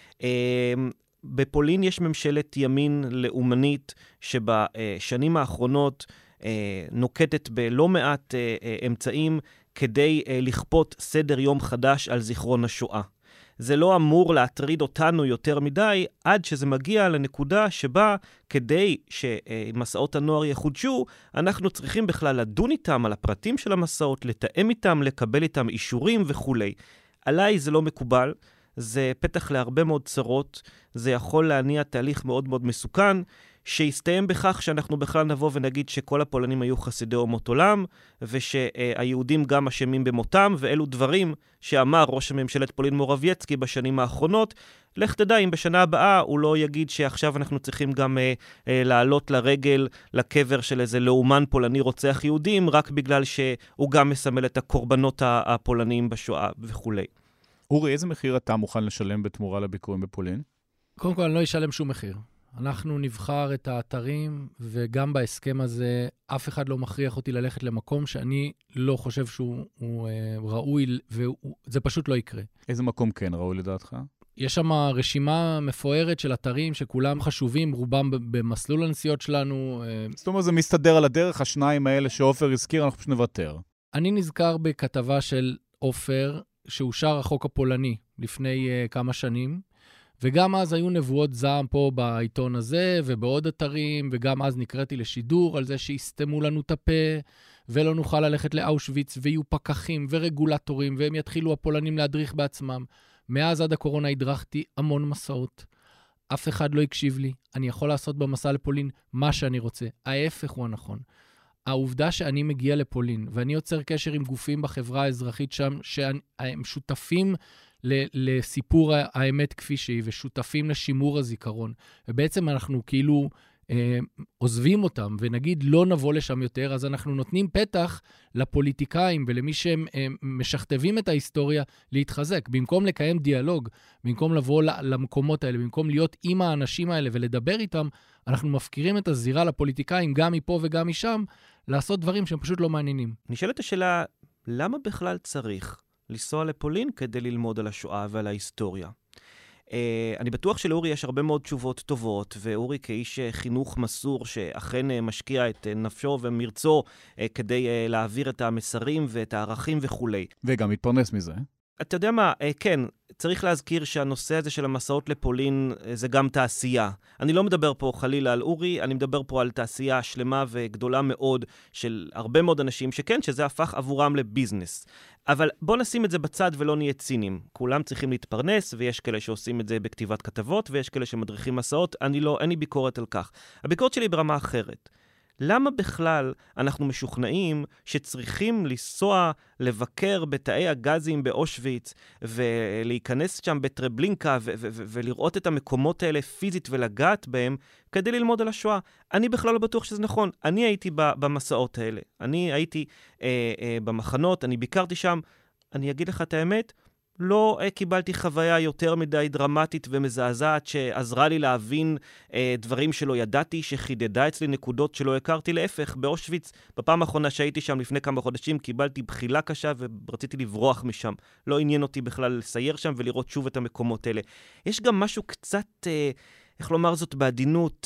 Speaker 8: בפולין יש ממשלת ימין לאומנית שבשנים האחרונות נוקטת בלא מעט אמצעים כדי לכפות סדר יום חדש על זיכרון השואה. זה לא אמור להטריד אותנו יותר מדי, עד שזה מגיע לנקודה שבה כדי שמסעות הנוער יחודשו, אנחנו צריכים בכלל לדון איתם על הפרטים של המסעות, לתאם איתם, לקבל איתם אישורים וכו'. עליי זה לא מקובל, זה פתח להרבה מאוד צרות, זה יכול להניע תהליך מאוד מאוד מסוכן, שיסתיים בכך שאנחנו בכלל נבוא ונגיד שכל הפולנים היו חסידי אומות עולם, ושהיהודים גם אשמים במותם, ואלו דברים שאמר ראש הממשלת פולין מורבייצקי בשנים האחרונות. לך תדע אם בשנה הבאה הוא לא יגיד שעכשיו אנחנו צריכים גם לעלות לרגל לקבר של איזה לאומן פולני רוצח יהודים, רק בגלל שהוא גם מסמל את הקורבנות הפולניים בשואה וכו'.
Speaker 2: אורי, איזה מחיר אתה מוכן לשלם בתמורה לביקורים בפולין?
Speaker 9: קודם כל, אני לא אשלם שום מחיר. אנחנו נבחר את האתרים, וגם בהסכם הזה אף אחד לא מכריח אותי ללכת למקום שאני לא חושב שהוא ראוי, וזה פשוט לא יקרה.
Speaker 2: איזה מקום כן ראוי לדעתך?
Speaker 9: יש שם רשימה מפוארת של אתרים שכולם חשובים, רובם במסלול הנסיעות שלנו.
Speaker 2: זאת אומרת, זה מסתדר על הדרך, השניים האלה שאופר הזכיר, אנחנו פשוט נוותר.
Speaker 9: אני נזכר בכתבה של אופר, שאושר החוק הפולני לפני כמה שנים, וגם אז היו נבואות זעם פה בעיתון הזה, ובעוד אתרים, וגם אז נקראתי לשידור על זה שיסתמו לנו את הפה, ולא נוכל ללכת לאושוויץ, ויהיו פקחים ורגולטורים, והם יתחילו הפולנים להדריך בעצמם. מאז עד הקורונה הדרכתי המון מסעות. אף אחד לא הקשיב לי. אני יכול לעשות במסע לפולין מה שאני רוצה. ההפך הוא הנכון. העובדה שאני מגיע לפולין, ואני יוצר קשר עם גופים בחברה האזרחית שם, שהם שותפים לסיפור האמת כפי שהיא, ושותפים לשימור הזיכרון. ובעצם אנחנו כאילו עוזבים אותם, ונגיד לא נבוא לשם יותר, אז אנחנו נותנים פתח לפוליטיקאים ולמי שהם משכתבים את ההיסטוריה להתחזק. במקום לקיים דיאלוג, במקום לבוא למקומות האלה, במקום להיות עם האנשים האלה ולדבר איתם, אנחנו מפקירים את הזירה לפוליטיקאים, גם מפה וגם משם, לעשות דברים שהם פשוט לא מעניינים.
Speaker 8: נשאלת השאלה, למה בכלל צריך לנסוע לפולין כדי ללמוד על השואה ועל ההיסטוריה? אני בטוח שלאורי יש הרבה מאוד תשובות טובות, ואורי כאיש חינוך מסור שאכן משקיע את נפשו ומרצו כדי להעביר את המסרים ואת הערכים וכו'.
Speaker 2: וגם מתפרנס מזה.
Speaker 8: אתה יודע מה, כן, צריך להזכיר שהנושא הזה של המסעות לפולין זה גם תעשייה. אני לא מדבר פה חלילה על אורי, אני מדבר פה על תעשייה שלמה וגדולה מאוד של הרבה מאוד אנשים שכן, שזה הפך עבורם לביזנס. אבל בוא נשים את זה בצד ולא נהיה צינים. כולם צריכים להתפרנס, ויש כאלה שעושים את זה בכתיבת כתבות, ויש כאלה שמדריכים מסעות. אין לי ביקורת על כך. הביקורת שלי ברמה אחרת. למה בכלל אנחנו משוכנעים שצריכים לנסוע לבקר בתאי הגזים באושוויץ ולהיכנס שם בטרבלינקה ולראות את המקומות האלה פיזית ולגעת בהם כדי ללמוד על השואה? אני בכלל לא בטוח שזה נכון. אני הייתי במסעות האלה. אני הייתי במחנות, אני ביקרתי שם. אני אגיד לך את האמת, לא קיבלתי חוויה יותר מדי דרמטית ומזעזעת שעזרה לי להבין דברים שלא ידעתי, שחידדה אצלי נקודות שלא הכרתי. להפך, באושוויץ, בפעם האחרונה שהייתי שם לפני כמה חודשים, קיבלתי בחילה קשה ורציתי לברוח משם. לא עניין אותי בכלל לסייר שם ולראות שוב את המקומות האלה. יש גם משהו קצת, איך לומר זאת בעדינות,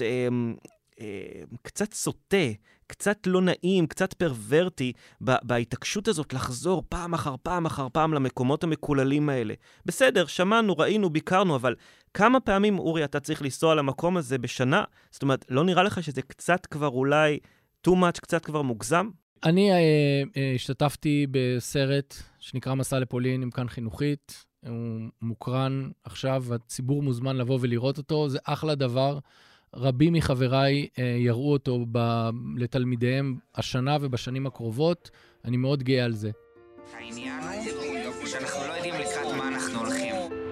Speaker 8: קצת סוטה, קצת לא נעים, קצת פרוורטי, בהתעקשות הזאת לחזור פעם אחר פעם אחר פעם למקומות המקוללים האלה. בסדר, שמענו, ראינו, ביקרנו, אבל כמה פעמים, אורי, אתה צריך לנסוע למקום הזה בשנה? זאת אומרת, לא נראה לך שזה קצת כבר אולי too much, קצת כבר מוגזם?
Speaker 9: אני השתתפתי בסרט שנקרא מסע לפולין עם כאן חינוכית. הוא מוקרן עכשיו, הציבור מוזמן לבוא ולראות אותו. זה אחלה דבר. רבים מחבריי יראו אותו לתלמידיהם השנה ובשנים הקרובות. אני מאוד גאה על זה.
Speaker 10: העניין הוא שאנחנו לא יודעים לקראת מה אנחנו הולכים.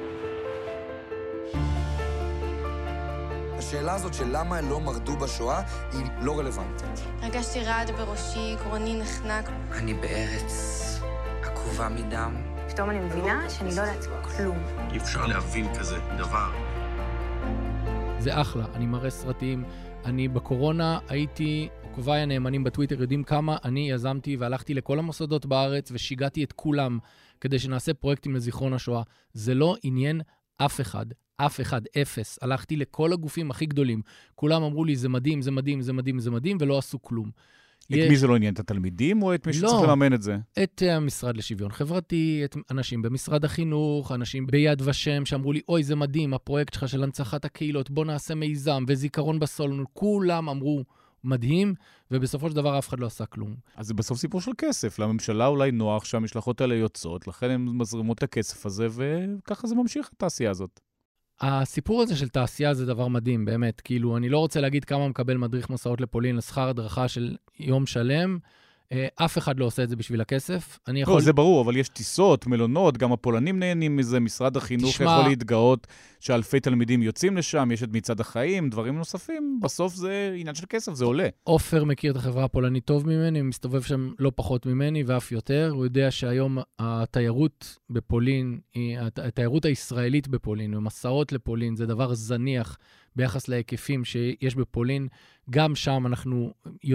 Speaker 11: השאלה הזאת של למה לא מרדו בשואה היא לא רלוונטית.
Speaker 12: הרגשתי רעד בראשי, גרוני נחנק.
Speaker 10: אני בארץ עקובה מדם.
Speaker 12: פתאום אני מבינה שאני לא יודעת כלום.
Speaker 13: אי אפשר להבין כזה דבר.
Speaker 9: זה אחלה, אני מראה סרטים. אני בקורונה הייתי, עוקביי הנאמנים בטוויטר יודעים כמה אני יזמתי והלכתי לכל המוסדות בארץ ושיגעתי את כולם כדי שנעשה פרויקטים לזיכרון השואה. זה לא עניין אף אחד. אף אחד, אפס. הלכתי לכל הגופים הכי גדולים. כולם אמרו לי, זה מדהים, זה מדהים, זה מדהים, זה מדהים, ולא עשו כלום.
Speaker 2: את מי זה לא עניין? את התלמידים או את מי שצריך לממן את זה?
Speaker 9: את המשרד לשוויון חברתי, את אנשים במשרד החינוך, אנשים ביד ושם שאמרו לי, אוי, זה מדהים, הפרויקט שלך של הנצחת הקהילות, בוא נעשה מיזם וזיכרון בסולנו. כולם אמרו, מדהים, ובסופו של דבר אף אחד לא עשה כלום.
Speaker 2: אז זה בסוף סיפור של כסף. לממשלה אולי נוח שהמשלחות האלה יוצאות, לכן הם מזרימות את הכסף הזה, וככה זה ממשיך את העשייה הזאת.
Speaker 9: הסיפור הזה של תעשייה זה דבר מדהים, באמת. כאילו, אני לא רוצה להגיד כמה מקבל מדריך מסעות לפולין לשכר הדרכה של יום שלם. אף אחד לא עושה את זה בשביל הכסף.
Speaker 2: לא, זה ברור, אבל יש טיסות, מלונות, גם הפולנים נהנים מזה, משרד החינוך יכול להתגאות שאלפי תלמידים יוצאים לשם, יש את מצד החיים, דברים נוספים, בסוף זה עניין של כסף, זה עולה.
Speaker 9: עופר מכיר את החברה הפולנית טוב ממני, מסתובב שם לא פחות ממני ואף יותר, הוא יודע שהיום התיירות בפולין, התיירות הישראלית בפולין, ומסעות לפולין, זה דבר זניח ביחס להיקפים שיש בפולין, גם שם אנחנו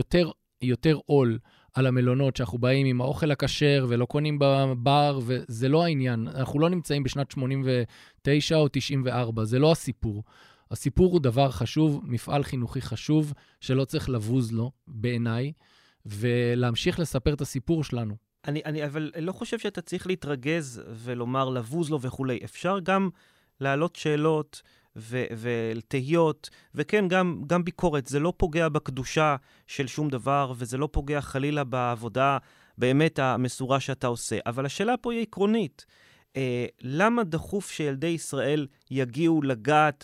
Speaker 9: יותר עול על המלונות, שאנחנו באים עם האוכל הכשר ולא קונים בבר, וזה לא העניין. אנחנו לא נמצאים בשנת 89 או 94, זה לא הסיפור. הסיפור הוא דבר חשוב, מפעל חינוכי חשוב, שלא צריך לבוז לו, בעיניי, ולהמשיך לספר את הסיפור שלנו.
Speaker 8: אני אבל לא חושב שאתה צריך להתרגז ולומר לבוז לו וכולי. אפשר גם להעלות שאלות ולתהיות, וכן, גם ביקורת. זה לא פוגע בקדושה של שום דבר, וזה לא פוגע חלילה בעבודה באמת המסורה שאתה עושה. אבל השאלה פה היא עקרונית. למה דחוף שילדי ישראל יגיעו לגעת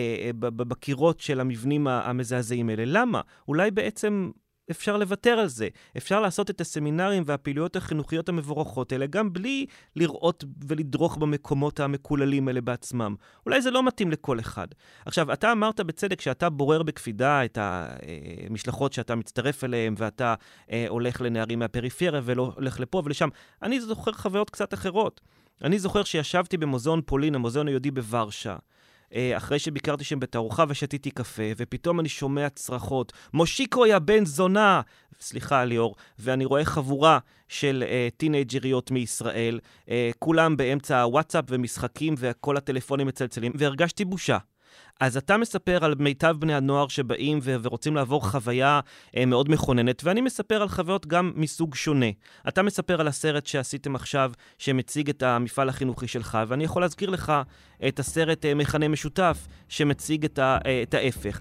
Speaker 8: בקירות של המבנים המזעזעים האלה? למה? אולי בעצם אפשר לוותר על זה. אפשר לעשות את הסמינרים והפעילויות החינוכיות המבורכות האלה, גם בלי לראות ולדרוך במקומות המקוללים האלה בעצמם. אולי זה לא מתאים לכל אחד. עכשיו, אתה אמרת בצדק שאתה בורר בקפידה את המשלחות שאתה מצטרף אליהם, ואתה הולך לנערים מהפריפריה ולא הולך לפה ולשם. אני זוכר חוויות קצת אחרות. אני זוכר שישבתי במוזיאון פולין, המוזיאון היהודי בוורשה, אחרי שביקרתי שם בתערוכה ושתיתי קפה, ופתאום אני שומע צרחות, מושיקו יא בן זונה, סליחה ליאור, ואני רואה חבורה של טינג'ריות מישראל, כולם באמצע הוואטסאפ ומשחקים וכל הטלפונים מצלצלים, והרגשתי בושה. אז אתה מספר על מיטב בני הנוער שבאים ורוצים לעבור חוויה מאוד מכוננת, ואני מספר על חוויות גם מסוג שונה. אתה מספר על הסרט שעשיתם עכשיו, שמציג את המפעל החינוכי שלך, ואני יכול להזכיר לך את הסרט מכנה משותף, שמציג את ההפך.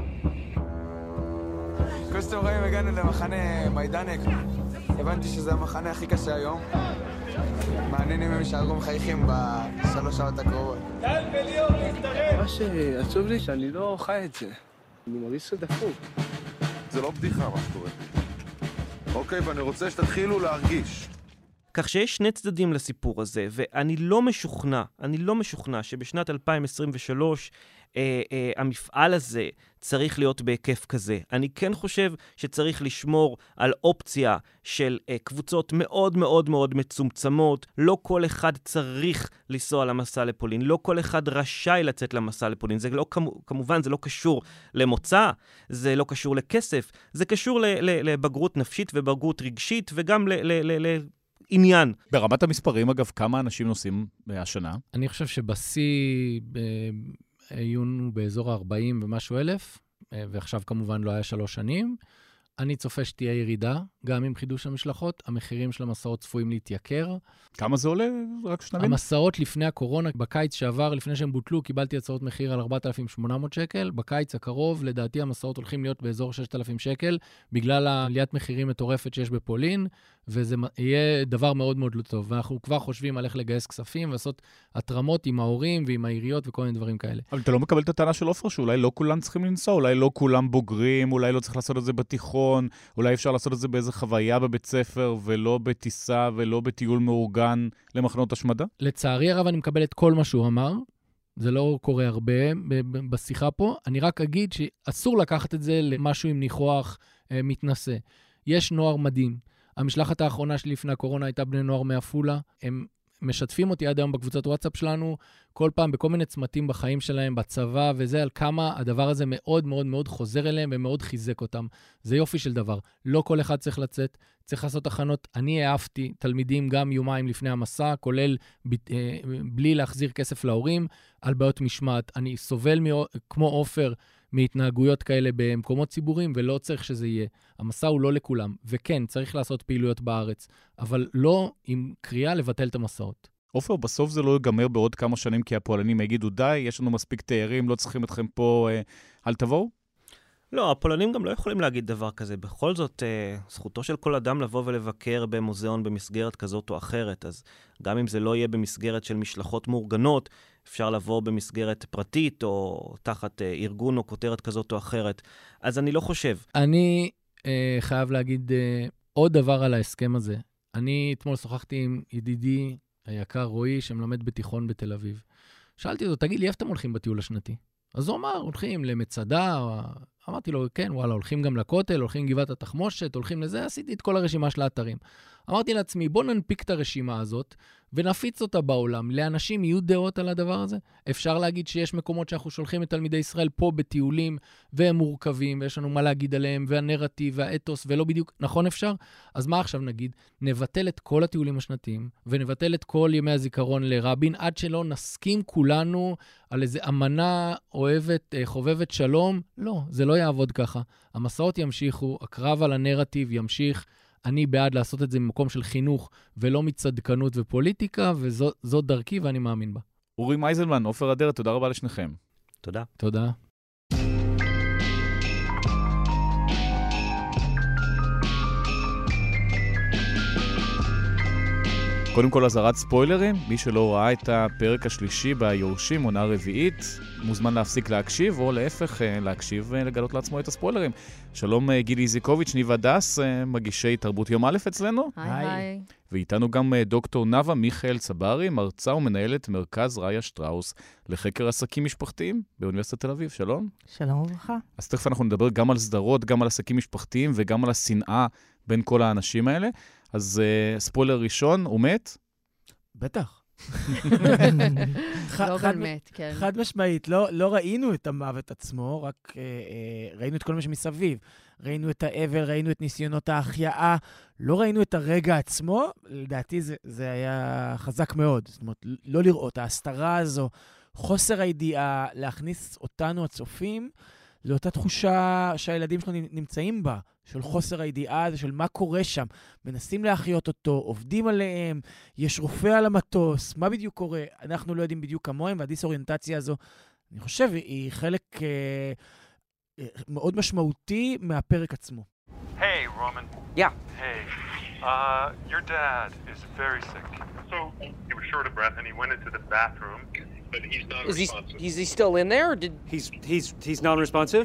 Speaker 11: כל שאתם רואים, הגענו למחנה מיידנק. הבנתי שזה המחנה הכי קשה היום. מעניינים הם יישארו מחייכים בשלוש שעות הקרובות.
Speaker 13: טל וליאור, להצטרף! מה שעצוב לי שאני לא חי את זה. אני מרגיש שדפוק.
Speaker 14: זה לא בדיחה מה שקורה. אוקיי, ואני רוצה שתתחילו להרגיש.
Speaker 8: כך שיש שני צדדים לסיפור הזה, ואני לא משוכנע שבשנת 2023 המפעל הזה צריך להיות בהיקף כזה. אני כן חושב שצריך לשמור על אופציה של קבוצות מאוד מאוד מאוד מצומצמות. לא כל אחד צריך לנסוע למסע לפולין, לא כל אחד רשאי לצאת למסע לפולין. זה לא, כמובן זה לא קשור למוצא, זה לא קשור לכסף, זה קשור לבגרות נפשית ובגרות רגשית וגם עניין.
Speaker 2: ברמת המספרים, אגב, כמה אנשים נוסעים השנה?
Speaker 9: אני חושב שבשיא היו באזור 40 ומשהו אלף, ועכשיו כמובן לא היה 3 שנים. אני צופה שתהיה ירידה, גם עם חידוש המשלחות. המחירים של המסעות צפויים להתייקר.
Speaker 2: כמה זה עולה? רק שנבין.
Speaker 9: המסעות לפני הקורונה, בקיץ שעבר, לפני שהם בוטלו, קיבלתי הצעות מחיר על 4,800 שקל. בקיץ הקרוב, לדעתי, המסעות הולכים להיות באזור 6,000 שקל, בגלל העליית מחירים מטורפת שיש בפולין, וזה יהיה דבר מאוד מאוד לא טוב. ואנחנו כבר חושבים על איך לגייס כספים, ולעשות התרמות עם ההורים ועם העיריות וכל מיני דברים כאלה.
Speaker 2: אבל אתה לא מקבל את הטענה של עופר, שאולי לא כולם צריכים לנסוע, אולי לא כולם בוגרים, אולי לא צריך לעשות את זה בתיכון, אולי אפשר לעשות את זה באיזה חוויה בבית ספר, ולא בטיסה ולא בטיול מאורגן למחנות השמדה?
Speaker 9: לצערי הרב אני מקבל את כל מה שהוא אמר. זה לא קורה הרבה בשיחה פה. אני רק אגיד שאסור לקחת את זה למשהו עם ניחוח מתנשא. יש נוער מדהים. המשלחת האחרונה שלי לפני הקורונה הייתה בני נוער מעפולה. הם משתפים אותי עד היום בקבוצת וואטסאפ שלנו, כל פעם בכל מיני צמתים בחיים שלהם, בצבא, וזה על כמה הדבר הזה מאוד מאוד מאוד חוזר אליהם ומאוד חיזק אותם. זה יופי של דבר. לא כל אחד צריך לצאת, צריך לעשות הכנות. אני העפתי תלמידים גם יומיים לפני המסע, כולל בלי להחזיר כסף להורים, על בעיות משמעת. אני סובל כמו אופר מהתנהגויות כאלה במקומות ציבוריים, ולא צריך שזה יהיה. המסע הוא לא לכולם, וכן, צריך לעשות פעילויות בארץ, אבל לא עם קריאה לבטל את המסעות.
Speaker 2: עופר, בסוף זה לא ייגמר בעוד כמה שנים, כי הפולנים יגידו, די, יש לנו מספיק תיירים, לא צריכים אתכם פה, אל תבואו?
Speaker 8: לא, הפולנים גם לא יכולים להגיד דבר כזה. בכל זאת, זכותו של כל אדם לבוא ולבקר במוזיאון במסגרת כזאת או אחרת, אז גם אם זה לא יהיה במסגרת של משלחות מאורגנות, אפשר לבוא במסגרת פרטית או תחת ארגון או כותרת כזאת או אחרת. אז אני לא חושב.
Speaker 9: אני חייב להגיד עוד דבר על ההסכם הזה. אני אתמול שוחחתי עם ידידי היקר רועי, שמלמד בתיכון בתל אביב. שאלתי אותו, תגיד לי, איפה אתם הולכים בטיול השנתי? אז הוא אמר, הולכים למצדה, אמרתי לו, כן, וואלה, הולכים גם לכותל, הולכים גבעת התחמושת, הולכים לזה, עשיתי את כל הרשימה של האתרים. אמרתי לעצמי, בוא ננפיק את הרשימה הזאת, ונפיץ אותה בעולם. לאנשים יהיו דעות על הדבר הזה. אפשר להגיד שיש מקומות שאנחנו שולחים את תלמידי ישראל פה בטיולים, והם מורכבים, ויש לנו מה להגיד עליהם, והנרטיב, והאתוס, ולא בדיוק, נכון אפשר? אז מה עכשיו נגיד? נבטל את כל הטיולים השנתיים, ונבטל את כל ימי הזיכרון לרבין, עד שלא נסכים כולנו על איזו אמנה אוהבת, חובבת שלום. לא, זה לא יעבוד ככה. המסעות ימשיכו, הקרב על הנרטיב ימשיך, אני בעד לעשות את זה ממקום של חינוך, ולא מצדקנות ופוליטיקה, וזאת דרכי ואני מאמין בה.
Speaker 2: אורי מייזלמן, עופר אדרת, תודה רבה לשניכם.
Speaker 8: תודה.
Speaker 9: תודה.
Speaker 2: קודם כל, אזהרת ספוילרים. מי שלא ראה את הפרק השלישי ביורשים, עונה רביעית, מוזמן להפסיק להקשיב, או להפך, להקשיב ולגלות לעצמו את הספוילרים. שלום גילי איזיקוביץ', ניב הדס, מגישי תרבות יום א' אצלנו.
Speaker 6: היי.
Speaker 2: ואיתנו גם דוקטור נאווה מיכאל צברי, מרצה ומנהלת מרכז ראיה שטראוס לחקר עסקים משפחתיים באוניברסיטת תל אביב. שלום.
Speaker 15: שלום וברכה.
Speaker 2: אז תכף אנחנו נדבר גם על סדרות, גם על עסקים משפחתיים וגם על השנאה בין כל האנשים האלה. אז ספוילר ראשון, הוא מת?
Speaker 15: בטח.
Speaker 6: לא גם מת, כן.
Speaker 15: חד משמעית, לא ראינו את המוות עצמו, רק ראינו את כל מה שמסביב. ראינו את האבל, ראינו את ניסיונות ההחייאה, לא ראינו את הרגע עצמו. לדעתי זה היה חזק מאוד. זאת אומרת, לא לראות, ההסתרה הזו, חוסר הידיעה, להכניס אותנו הצופים, לאותה תחושה שהילדים שלנו נמצאים בה, של חוסר הידיעה הזה, של מה קורה שם. מנסים להחיות אותו, עובדים עליהם, יש רופא על המטוס, מה בדיוק קורה? אנחנו לא יודעים בדיוק כמוהם, והדיסאוריינטציה הזו, אני חושב, היא חלק מאוד משמעותי מהפרק עצמו.
Speaker 16: Hey, Roman.
Speaker 10: Yeah.
Speaker 16: Hey, your dad is very sick. So, he was short of breath and he went into the bathroom, but he's not responsive.
Speaker 10: Is he still in there? Or
Speaker 16: He's non-responsive?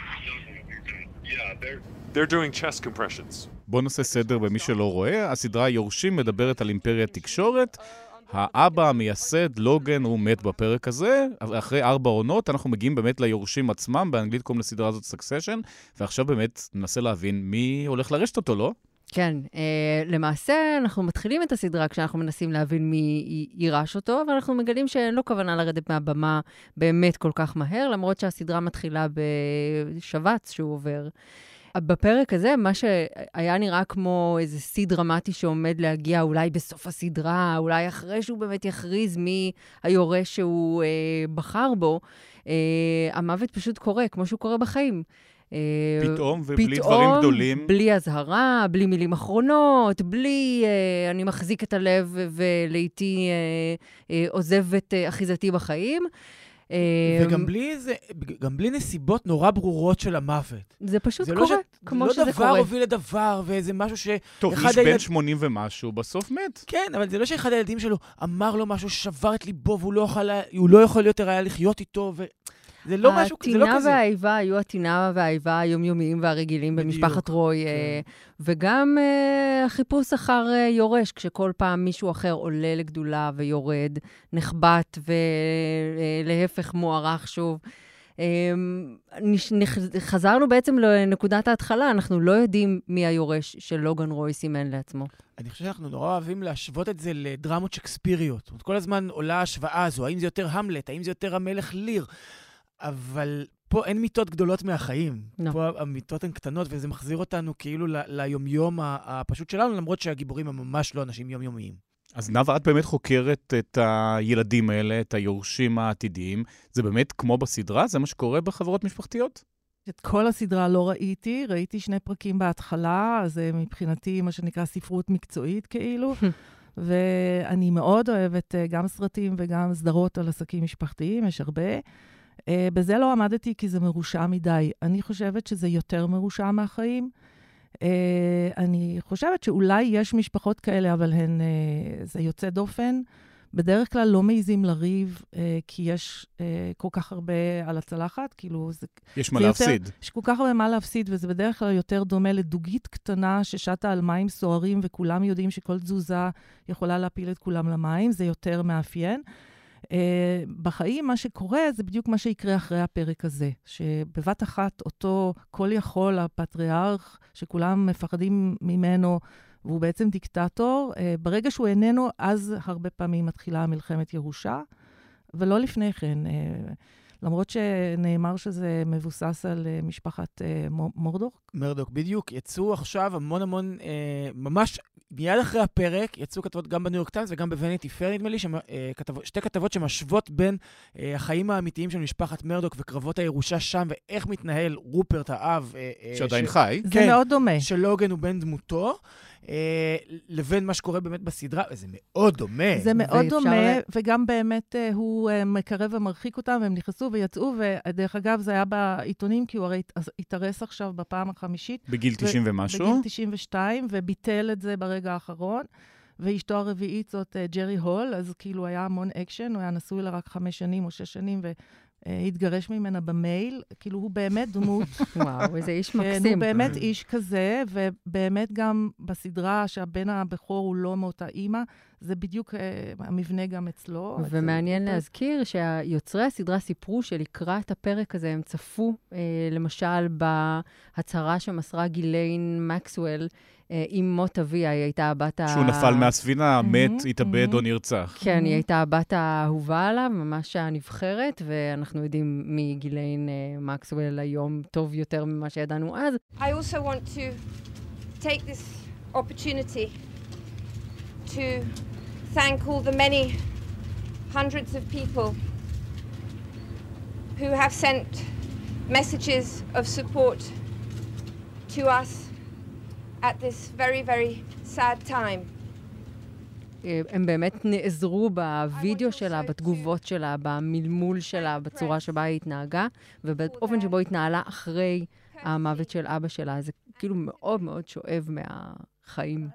Speaker 16: Yeah, they're doing chest compressions.
Speaker 2: בוא נעשה סדר במי שלא רואה. הסדרה יורשים מדברת על אימפריית תקשורת. האבא המייסד, לוגן, הוא מת בפרק הזה. אחרי 4 עונות אנחנו מגיעים באמת ליורשים עצמם, באנגלית קוראים לסדרה הזאת Succession, ועכשיו באמת ננסה להבין מי הולך לרשת אותו, לא?
Speaker 6: כן, למעשה אנחנו מתחילים את הסדרה כשאנחנו מנסים להבין מי יירש אותו, אבל אנחנו מגלים שאין לו כוונה לרדת מהבמה באמת כל כך מהר, למרות שהסדרה מתחילה בשבץ שהוא עובר. בפרק הזה, מה שהיה נראה כמו איזה שיא דרמטי שעומד להגיע אולי בסוף הסדרה, אולי אחרי שהוא באמת יכריז מי היורש שהוא בחר בו, המוות פשוט קורה, כמו שהוא קורה בחיים.
Speaker 2: פתאום ובלי דברים גדולים.
Speaker 6: בלי הזהרה, בלי מילים אחרונות, בלי אני מחזיק את הלב ולעיתי עוזב את אחיזתי בחיים.
Speaker 15: וגם בלי נסיבות נורא ברורות של המוות.
Speaker 6: זה פשוט קורה, כמו שזה קורה.
Speaker 15: לא דבר הוביל לדבר, ואיזה משהו ש...
Speaker 2: טוב, איש בן 80 ומשהו, בסוף מת.
Speaker 15: כן, אבל זה לא שאחד הילדים שלו אמר לו משהו, שבר את ליבו, והוא לא יכול יותר היה לחיות איתו, זה לא משהו, זה לא כזה.
Speaker 6: הטינה והאיבה היו הטינה והאיבה היומיומיים והרגילים במשפחת רוי, וגם החיפוש אחר יורש, כשכל פעם מישהו אחר עולה לגדולה ויורד, נחבט ולהפך מוערך שוב. חזרנו בעצם לנקודת ההתחלה, אנחנו לא יודעים מי היורש של לוגן רוי סימן לעצמו.
Speaker 15: אני חושב שאנחנו נורא אוהבים להשוות את זה לדרמות שקספיריות. כל הזמן עולה השוואה הזו, האם זה יותר המלט, האם זה יותר המלך ליר, אבל פה אין מיטות גדולות מהחיים. No. פה המיטות הן קטנות, וזה מחזיר אותנו כאילו ליומיום הפשוט שלנו, למרות שהגיבורים הם ממש לא אנשים יומיומיים.
Speaker 2: אז נאוה, את באמת חוקרת את הילדים האלה, את היורשים העתידיים. זה באמת כמו בסדרה? זה מה שקורה בחברות משפחתיות?
Speaker 17: את כל הסדרה לא ראיתי 2 פרקים בהתחלה, אז מבחינתי מה שנקרא ספרות מקצועית כאילו, ואני מאוד אוהבת גם סרטים וגם סדרות על עסקים משפחתיים, יש הרבה. בזה לא עמדתי כי זה מרושע מדי. אני חושבת שזה יותר מרושע מהחיים. אני חושבת שאולי יש משפחות כאלה, אבל זה יוצא דופן. בדרך כלל לא מעיזים לריב, כי יש כל כך הרבה על הצלחת. כאילו,
Speaker 2: יש מה להפסיד.
Speaker 17: יש כל כך הרבה מה להפסיד, וזה בדרך כלל יותר דומה לדוגית קטנה ששטה על מים סוערים, וכולם יודעים שכל תזוזה יכולה להפיל את כולם למים. זה יותר מאפיין. בחיים מה שקורה זה בדיוק מה שיקרה אחרי הפרק הזה, שבבת אחת אותו כל יכול, הפטריארך, שכולם מפחדים ממנו, והוא בעצם דיקטטור, ברגע שהוא איננו, אז הרבה פעמים מתחילה מלחמת ירושה, ולא לפני כן. למרות שנאמר שזה מבוסס על משפחת מורדוק.
Speaker 15: מורדוק, בדיוק. יצאו עכשיו המון, ממש מיד אחרי הפרק, יצאו כתבות גם בניו יורק טיימס וגם בוונטי פייר, נדמה לי, 2 כתבות שמשוות בין החיים האמיתיים של משפחת מורדוק וקרבות הירושה שם, ואיך מתנהל רופרט האב.
Speaker 2: שעדיין חי.
Speaker 17: זה מאוד דומה.
Speaker 15: שלוגן הוא בן דמותו. לבין מה שקורה באמת בסדרה, וזה מאוד דומה.
Speaker 17: זה מאוד דומה, וגם באמת הוא מקרב ומרחיק אותם, והם נכנסו ויצאו, ודרך אגב זה היה בעיתונים, כי הוא הרי התארס עכשיו בפעם החמישית.
Speaker 2: בגיל 90 ומשהו?
Speaker 17: בגיל 92, וביטל את זה ברגע האחרון, ואשתו הרביעית זאת ג'רי הול, אז כאילו היה המון אקשן, הוא היה נשוי לה רק 5 שנים או 6 שנים, התגרש ממנה במייל, כאילו הוא באמת דמות.
Speaker 6: וואו, איזה איש מקסים.
Speaker 17: הוא באמת איש כזה, ובאמת גם בסדרה שהבן הבכור הוא לא מאותה אימא, זה בדיוק המבנה גם אצלו.
Speaker 6: ומעניין להזכיר שהיוצרי הסדרה סיפרו שלקראת הפרק הזה הם צפו, למשל בהצהרה שמסרה גיליין מקסוול, עם מות אביה, היא הייתה הבת
Speaker 2: שהוא נפל מהספינה, מת, התאבד או נרצח.
Speaker 6: כן, היא הייתה הבת האהובה עליו, ממש הנבחרת, ואנחנו יודעים מגיליין מקסוול היום טוב יותר ממה שידענו אז.
Speaker 12: I also want to take this opportunity to thank all the many hundreds of people who have sent messages of support to us at this very, very sad time.
Speaker 6: הם באמת נעזרו בווידאו שלה, בתגובות שלה, במלמול שלה, בצורה שבה היא התנהגה, ובאופן שבו היא התנהלה אחרי המוות של אבא שלה. זה כאילו מאוד מאוד שואב מהחיים.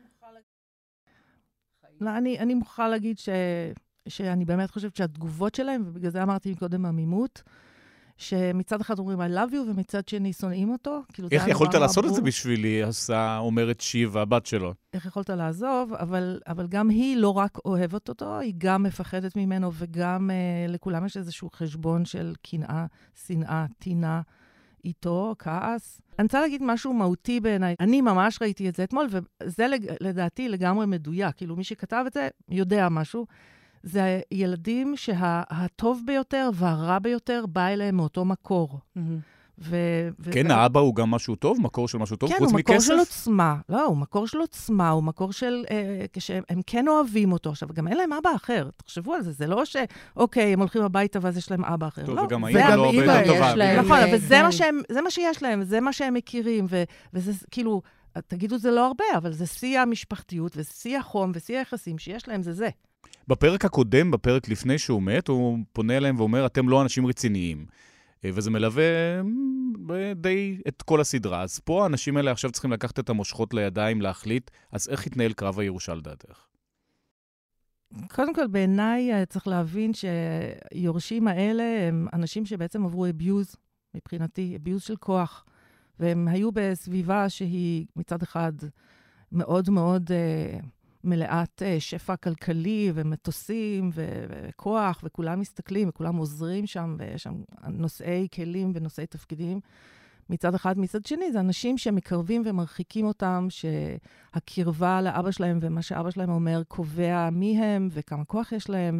Speaker 17: אני מוכרחה להגיד שאני באמת חושבת שהתגובות שלהם, ובגלל זה אמרתי קודם עמימות, שמצד אחד אומרים I love you, ומצד שני שונאים אותו.
Speaker 2: איך יכולת לעשות את זה בשבילי, אומרת שיב, הבת שלו?
Speaker 17: איך יכולת לעזוב, אבל גם היא לא רק אוהבת אותו, היא גם מפחדת ממנו, וגם לכולם יש איזשהו חשבון של קנאה, שנאה, טינה איתו, כעס. אני רוצה להגיד משהו מהותי בעיניי. אני ממש ראיתי את זה אתמול, וזה לדעתי לגמרי מדויק. כאילו מי שכתב את זה יודע משהו. זה ילדים שהטוב ביותר והרע ביותר בא אליהם מאותו מקור.
Speaker 2: כן, האבא הוא גם משהו טוב, מקור של משהו טוב, חוץ מכסף?
Speaker 17: כן, הוא מקור של עוצמה. לא, הוא מקור של עוצמה, הוא מקור של... כשהם כן אוהבים אותו. עכשיו, גם אין להם אבא אחר. תחשבו על זה, זה לא שאוקיי, הם הולכים הביתה ואז יש להם אבא אחר.
Speaker 2: טוב,
Speaker 17: לא,
Speaker 2: וגם האמא לא הרבה טובה.
Speaker 17: נכון, אבל זה מה שיש להם, זה מה שהם מכירים, וזה כאילו, תגידו, זה לא הרבה, אבל זה שיא המשפחתיות, ושיא החום, ושיא היחסים שיש להם, זה.
Speaker 2: בפרק הקודם, בפרק לפני שהוא מת, הוא פונה אליהם ואומר, אתם לא אנשים רציניים. וזה מלווה די את כל הסדרה. אז פה האנשים האלה עכשיו צריכים לקחת את המושכות לידיים, להחליט, אז איך יתנהל קרב הירושה לדעתך?
Speaker 17: קודם כל, בעיניי צריך להבין שיורשים האלה הם אנשים שבעצם עברו אביוז, מבחינתי, אביוז של כוח. והם היו בסביבה שהיא מצד אחד מאוד מאוד מלאת שפע כלכלי ומטוסים וכוח, וכולם מסתכלים וכולם עוזרים שם, ויש שם נושאי כלים ונושאי תפקידים. מצד אחד, מצד שני, זה אנשים שמקרבים ומרחיקים אותם, שהקרבה לאבא שלהם ומה שאבא שלהם אומר קובע מי הם וכמה כוח יש להם,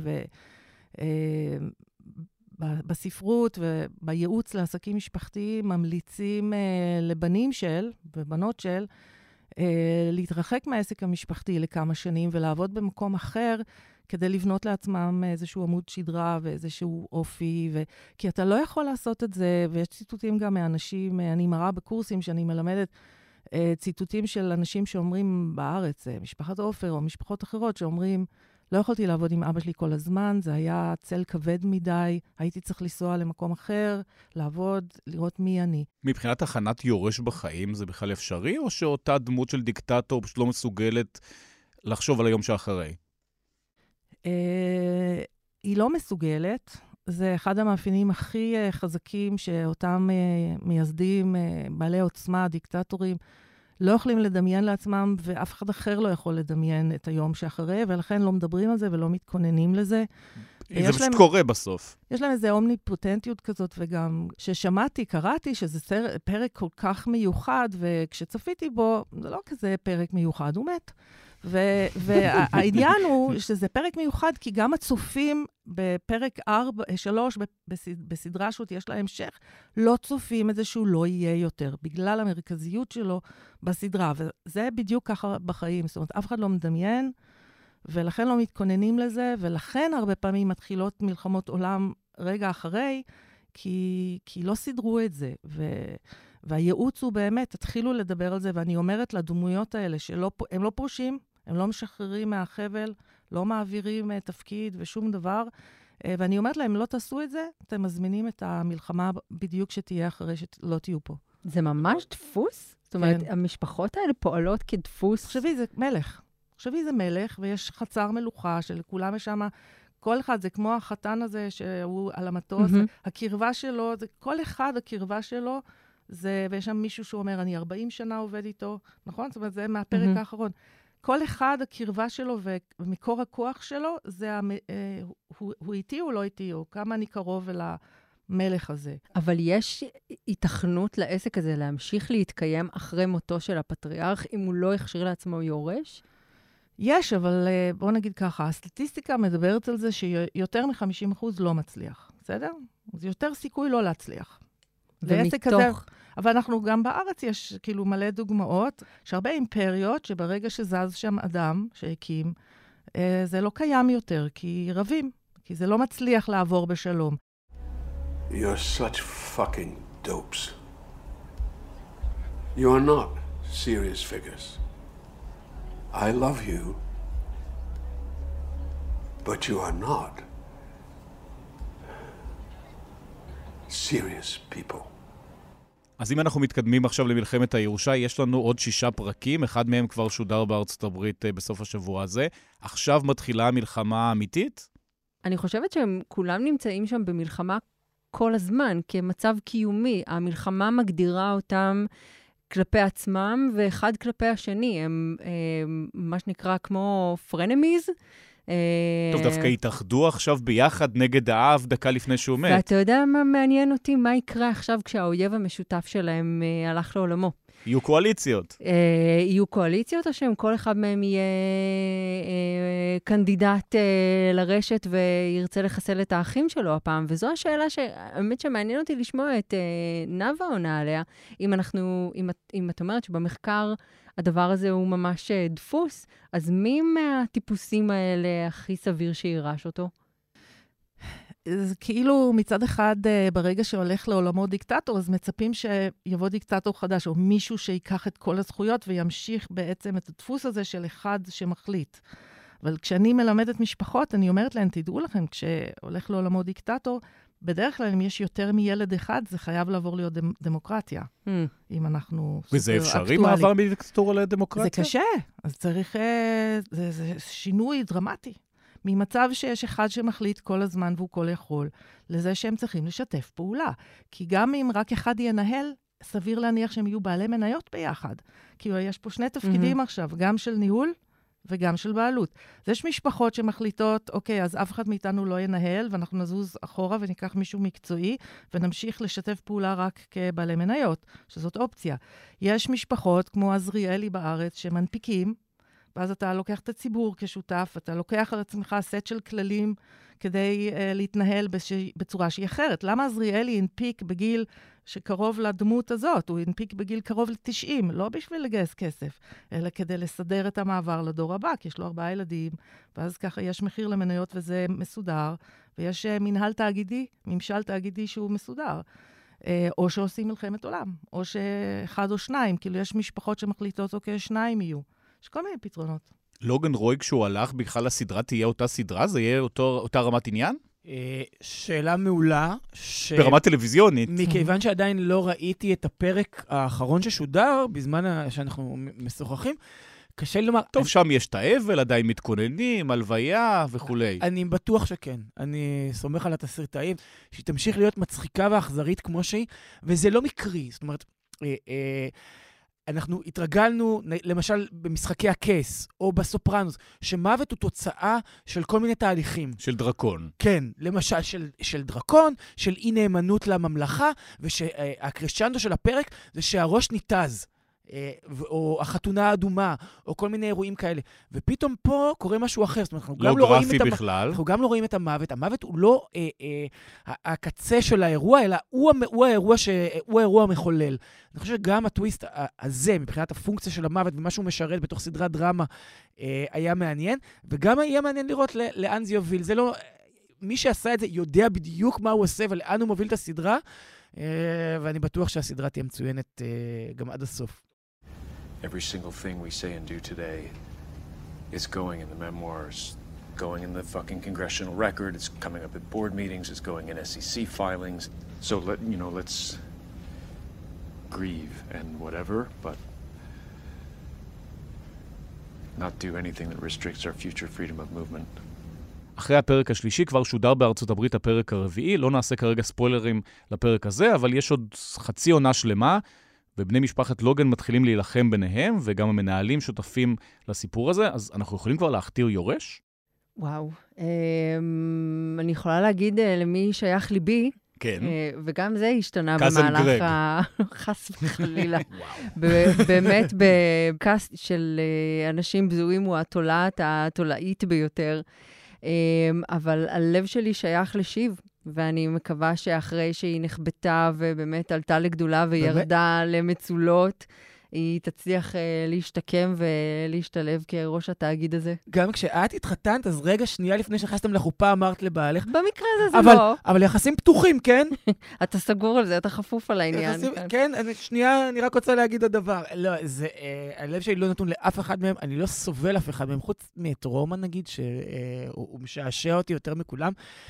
Speaker 17: בספרות ובייעוץ לעסקים משפחתיים ממליצים לבנים של ובנות של להתרחק מהעסק המשפחתי לכמה שנים ולעבוד במקום אחר כדי לבנות לעצמם איזשהו עמוד שדרה ואיזשהו אופי, כי אתה לא יכול לעשות את זה, ויש ציטוטים גם מאנשים, אני מראה בקורסים שאני מלמדת, ציטוטים של אנשים שאומרים בארץ, משפחת עופר או משפחות אחרות שאומרים, לא יכולתי לעבוד עם אבא שלי כל הזמן, זה היה צל כבד מדי, הייתי צריך לנסוע למקום אחר, לעבוד, לראות מי אני.
Speaker 2: מבחינת הכנת יורש בחיים, זה בכלל אפשרי, או שאותה דמות של דיקטטור פשוט לא מסוגלת לחשוב על היום שאחרי?
Speaker 17: היא לא מסוגלת. זה אחד המאפיינים הכי חזקים שאותם מייסדים, בעלי עוצמה, דיקטטורים, לא יכולים לדמיין לעצמם, ואף אחד אחר לא יכול לדמיין את היום שאחרי, ולכן לא מדברים על זה ולא מתכוננים לזה.
Speaker 2: זה פשוט קורה בסוף.
Speaker 17: יש להם איזו אומניפוטנטיות כזאת, וגם כששמעתי, קראתי שזה פרק כל כך מיוחד, וכשצפיתי בו, זה לא כזה פרק מיוחד, הוא מת. והעניין הוא שזה פרק מיוחד, כי גם הצופים בפרק 3 בסדרה שות יש לה המשך, לא צופים את זה שהוא לא יהיה יותר, בגלל המרכזיות שלו בסדרה. וזה בדיוק ככה בחיים. זאת אומרת, אף אחד לא מדמיין, ולכן לא מתכוננים לזה, ולכן הרבה פעמים מתחילות מלחמות עולם רגע אחרי, כי לא סידרו את זה. והייעוץ הוא באמת, תתחילו לדבר על זה, ואני אומרת לדמויות האלה, שהם לא פרושים, הם לא משחררים מהחבל, לא מעבירים תפקיד ושום דבר, ואני אומרת להם, לא תעשו את זה, אתם מזמינים את המלחמה בדיוק שתהיה אחרי שלא תהיו פה.
Speaker 6: זה ממש דפוס? זאת אומרת, המשפחות האלה פועלות כדפוס?
Speaker 17: חשבי, זה מלך. חשבי, זה מלך, ויש חצר מלוכה שלכולם יש שם, כל אחד, זה כמו החתן הזה שהוא על המטוס, הקרבה שלו, כל אחד הקרבה שלו, ויש שם מישהו שהוא אומר, אני 40 שנה עובד איתו, נכון? זאת אומרת, זה מהפרק האחרון. כל אחד, הקרבה שלו ומקור הכוח שלו, הוא איתי או לא איתי, או כמה אני קרוב אל המלך הזה.
Speaker 6: אבל יש התכנות לעסק הזה להמשיך להתקיים אחרי מותו של הפטריארך, אם הוא לא יכשיר לעצמו יורש?
Speaker 17: יש, אבל בואו נגיד ככה, הסטטיסטיקה מדברת על זה שיותר מ-50% לא מצליח, בסדר? אז יותר סיכוי לא להצליח. ועסק כזה, אבל אנחנו גם בארץ יש כאילו מלא דוגמאות, שהרבה אימפריות שברגע שזז שם אדם שהקים, זה לא קיים יותר, כי רבים, כי זה לא מצליח לעבור בשלום.
Speaker 18: You're such fucking dopes. You are not serious figures. I love you, but you are not serious people.
Speaker 2: אז אם אנחנו מתקדמים עכשיו למלחמת הירושה, יש לנו עוד 6 פרקים, אחד מהם כבר שודר בארצות הברית בסוף השבוע הזה. עכשיו מתחילה המלחמה האמיתית?
Speaker 6: אני חושבת שהם כולם נמצאים שם במלחמה כל הזמן, כמצב קיומי. המלחמה מגדירה אותם כלפי עצמם, ואחד כלפי השני. הם מה שנקרא כמו פרנמיז.
Speaker 2: טוב, דווקא התאחדו עכשיו ביחד נגד האב דקה לפני שהוא מת.
Speaker 6: ואתה יודע מה מעניין אותי? מה יקרה עכשיו כשהאויב המשותף שלהם הלך לעולמו?
Speaker 2: יהיו קואליציות.
Speaker 6: יהיו קואליציות, או שהם כל אחד מהם יהיה קנדידט לרשת וירצה לחסל את האחים שלו הפעם. וזו השאלה שהאמת שמעניין אותי לשמוע את נאווה עונה עליה. אם את אומרת שבמחקר הדבר הזה הוא ממש דפוס, אז מי מהטיפוסים האלה הכי סביר שירש אותו?
Speaker 17: זה כאילו מצד אחד, ברגע שהולך לעולמו דיקטטור, אז מצפים שיבוא דיקטטור חדש, או מישהו שיקח את כל הזכויות וימשיך בעצם את הדפוס הזה של אחד שמחליט. אבל כשאני מלמדת משפחות, אני אומרת להן, תדעו לכם, כשהולך לעולמו דיקטטור, בדרך כלל אם יש יותר מילד אחד, זה חייב לעבור להיות דמוקרטיה. אם אנחנו
Speaker 2: וזה אפשרי מעבר מדיקטטורה לדמוקרטיה?
Speaker 17: זה קשה, אז צריך, זה שינוי דרמטי. ממצב שיש אחד שמחליט כל הזמן והוא כל יכול, לזה שהם צריכים לשתף פעולה. כי גם אם רק אחד ינהל, סביר להניח שהם יהיו בעלי מניות ביחד. כי יש פה 2 תפקידים עכשיו, גם של ניהול וגם של בעלות. אז יש משפחות שמחליטות, אוקיי, אז אף אחד מאיתנו לא ינהל, ואנחנו נזוז אחורה וניקח מישהו מקצועי, ונמשיך לשתף פעולה רק כבעלי מניות, שזאת אופציה. יש משפחות כמו עזריאלי בארץ שמנפיקים, ואז אתה לוקח את הציבור כשותף, אתה לוקח על עצמך סט של כללים כדי להתנהל בצורה שהיא אחרת. למה עזריאלי הנפיק בגיל שקרוב לדמות הזאת? הוא הנפיק בגיל קרוב ל-90, לא בשביל לגייס כסף, אלא כדי לסדר את המעבר לדור הבא, כי יש לו 4 ילדים, ואז ככה יש מחיר למניות וזה מסודר, ויש ממשל תאגידי שהוא מסודר. או שעושים מלחמת עולם, או שאחד או שניים, כאילו יש משפחות שמחליטות, אוקיי, 2 יהיו. יש כל מיני פתרונות.
Speaker 2: לוגן רוי, כשהוא הלך, בכלל הסדרה תהיה אותה סדרה? זה יהיה אותה רמת עניין?
Speaker 15: שאלה מעולה.
Speaker 2: ברמה טלוויזיונית.
Speaker 15: מכיוון שעדיין לא ראיתי את הפרק האחרון ששודר, בזמן שאנחנו משוחחים, קשה לי לומר...
Speaker 2: טוב, שם יש את האבל, עדיין מתכוננים, הלוויה וכולי.
Speaker 15: אני בטוח שכן. אני סומך על התסריטאים, שהיא תמשיך להיות מצחיקה ואכזרית כמו שהיא, וזה לא מקרי. זאת אומרת... אנחנו התרגלנו, למשל, במשחקי הכס, או בסופרנוס, שמוות הוא תוצאה של כל מיני תהליכים.
Speaker 2: של דרקון.
Speaker 15: כן, למשל, של דרקון, של אי נאמנות לממלכה, והקרשנדו של הפרק זה שהראש ניתז, או החתונה האדומה, או כל מיני אירועים כאלה. ופתאום פה קורה משהו אחר. זאת אומרת, אנחנו גם
Speaker 2: לא גרפי בכלל.
Speaker 15: אנחנו גם לא רואים את המוות. המוות הוא לא הקצה של האירוע, אלא הוא האירוע המחולל. אני חושב שגם הטוויסט הזה, מבחינת הפונקציה של המוות, ומה שהוא משרת בתוך סדרת דרמה, היה מעניין. וגם היה מעניין לראות לאן זה יוביל. זה לא... מי שעשה את זה יודע בדיוק מה הוא עושה, ולאן הוא מוביל את הסדרה, ואני בטוח שהסדרה תהיה מצוינת גם עד הסוף.
Speaker 18: Every single thing we say and do today is going in the memoirs, going in the fucking congressional record, it's coming up at board meetings, it's going in SEC filings. So let's grieve and whatever, but not do anything that restricts our future freedom of movement.
Speaker 2: אחרי הפרק השלישי כבר שודר בארצות הברית הפרק הרביעי, לא נעשה כרגע ספוילרים לפרק הזה, אבל יש עוד חצי עונה שלמה, ובני משפחת לוגן מתחילים להילחם ביניהם, וגם המנהלים שותפים לסיפור הזה, אז אנחנו יכולים כבר להכתיר יורש?
Speaker 6: וואו, אני יכולה להגיד למי שייך ליבי,
Speaker 2: כן.
Speaker 6: וגם זה השתנה במהלך חס וחלילה. באמת, בקאסט של אנשים בזויים הוא התולעית ביותר, אבל הלב שלי שייך לשיב, ואני מקווה שאחרי שהיא נחבטה ובאמת עלתה לגדולה וירדה למצולות, היא תצליח להשתקם ולהשתלב כראש התאגיד הזה.
Speaker 15: גם כשאת התחתנת, אז רגע שנייה לפני שנכנסתם לחופה, אמרת לבעלך.
Speaker 6: במקרה הזה זה לא.
Speaker 15: אבל יחסים פתוחים, כן?
Speaker 6: אתה סגור על זה, אתה חפוף על העניין.
Speaker 15: כן, שנייה, אני רק רוצה להגיד הדבר. לא, הלב שלי לא נתון לאף אחד מהם, אני לא סובל אף אחד מהם, חוץ מאת רומן, נגיד, שהוא משעשע אותי יותר מכולם.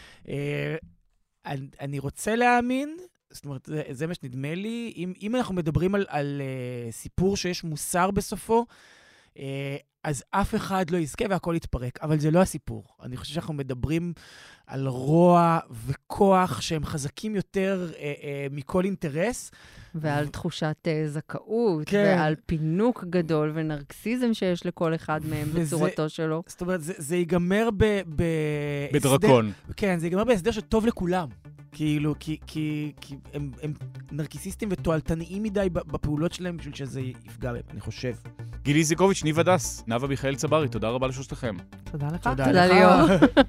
Speaker 15: אני רוצה להאמין, זאת אומרת, זה מה שנדמה לי, אם אנחנו מדברים על סיפור שיש מוסר בסופו, אז אף אחד לא יזכה והכל יתפרק, אבל זה לא הסיפור. אני חושב שאנחנו מדברים על רוע וכוח שהם חזקים יותר מכל אינטרס.
Speaker 6: ועל תחושת זכאות, ועל פינוק גדול ונרקסיזם שיש לכל אחד מהם בצורתו שלו.
Speaker 15: זאת אומרת, זה ייגמר
Speaker 2: בדרקון.
Speaker 15: כן, זה ייגמר בהסדר שטוב לכולם. כאילו, כי הם נרקיסיסטים ותועלתניים מדי בפעולות שלהם בשביל שזה יפגע בהם, אני חושב.
Speaker 2: גילי זיקוביץ', ניב הדס, נאווה מיכאל צברי, תודה רבה לשלושתכם.
Speaker 17: תודה לך.
Speaker 6: תודה ליאור.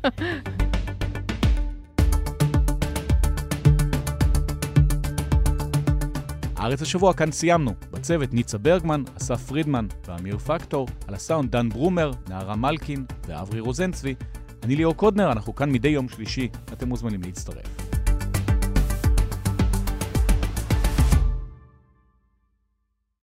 Speaker 2: הארץ השבוע כאן סיימנו. בצוות ניצה ברגמן, אסף פרידמן ואמיר פקטור, על הסאונד דן ברומר, נערה מלקין ואברי רוזנצבי. אני ליאור קודנר, אנחנו כאן מדי יום שלישי, אתם מוזמנים להצטרף.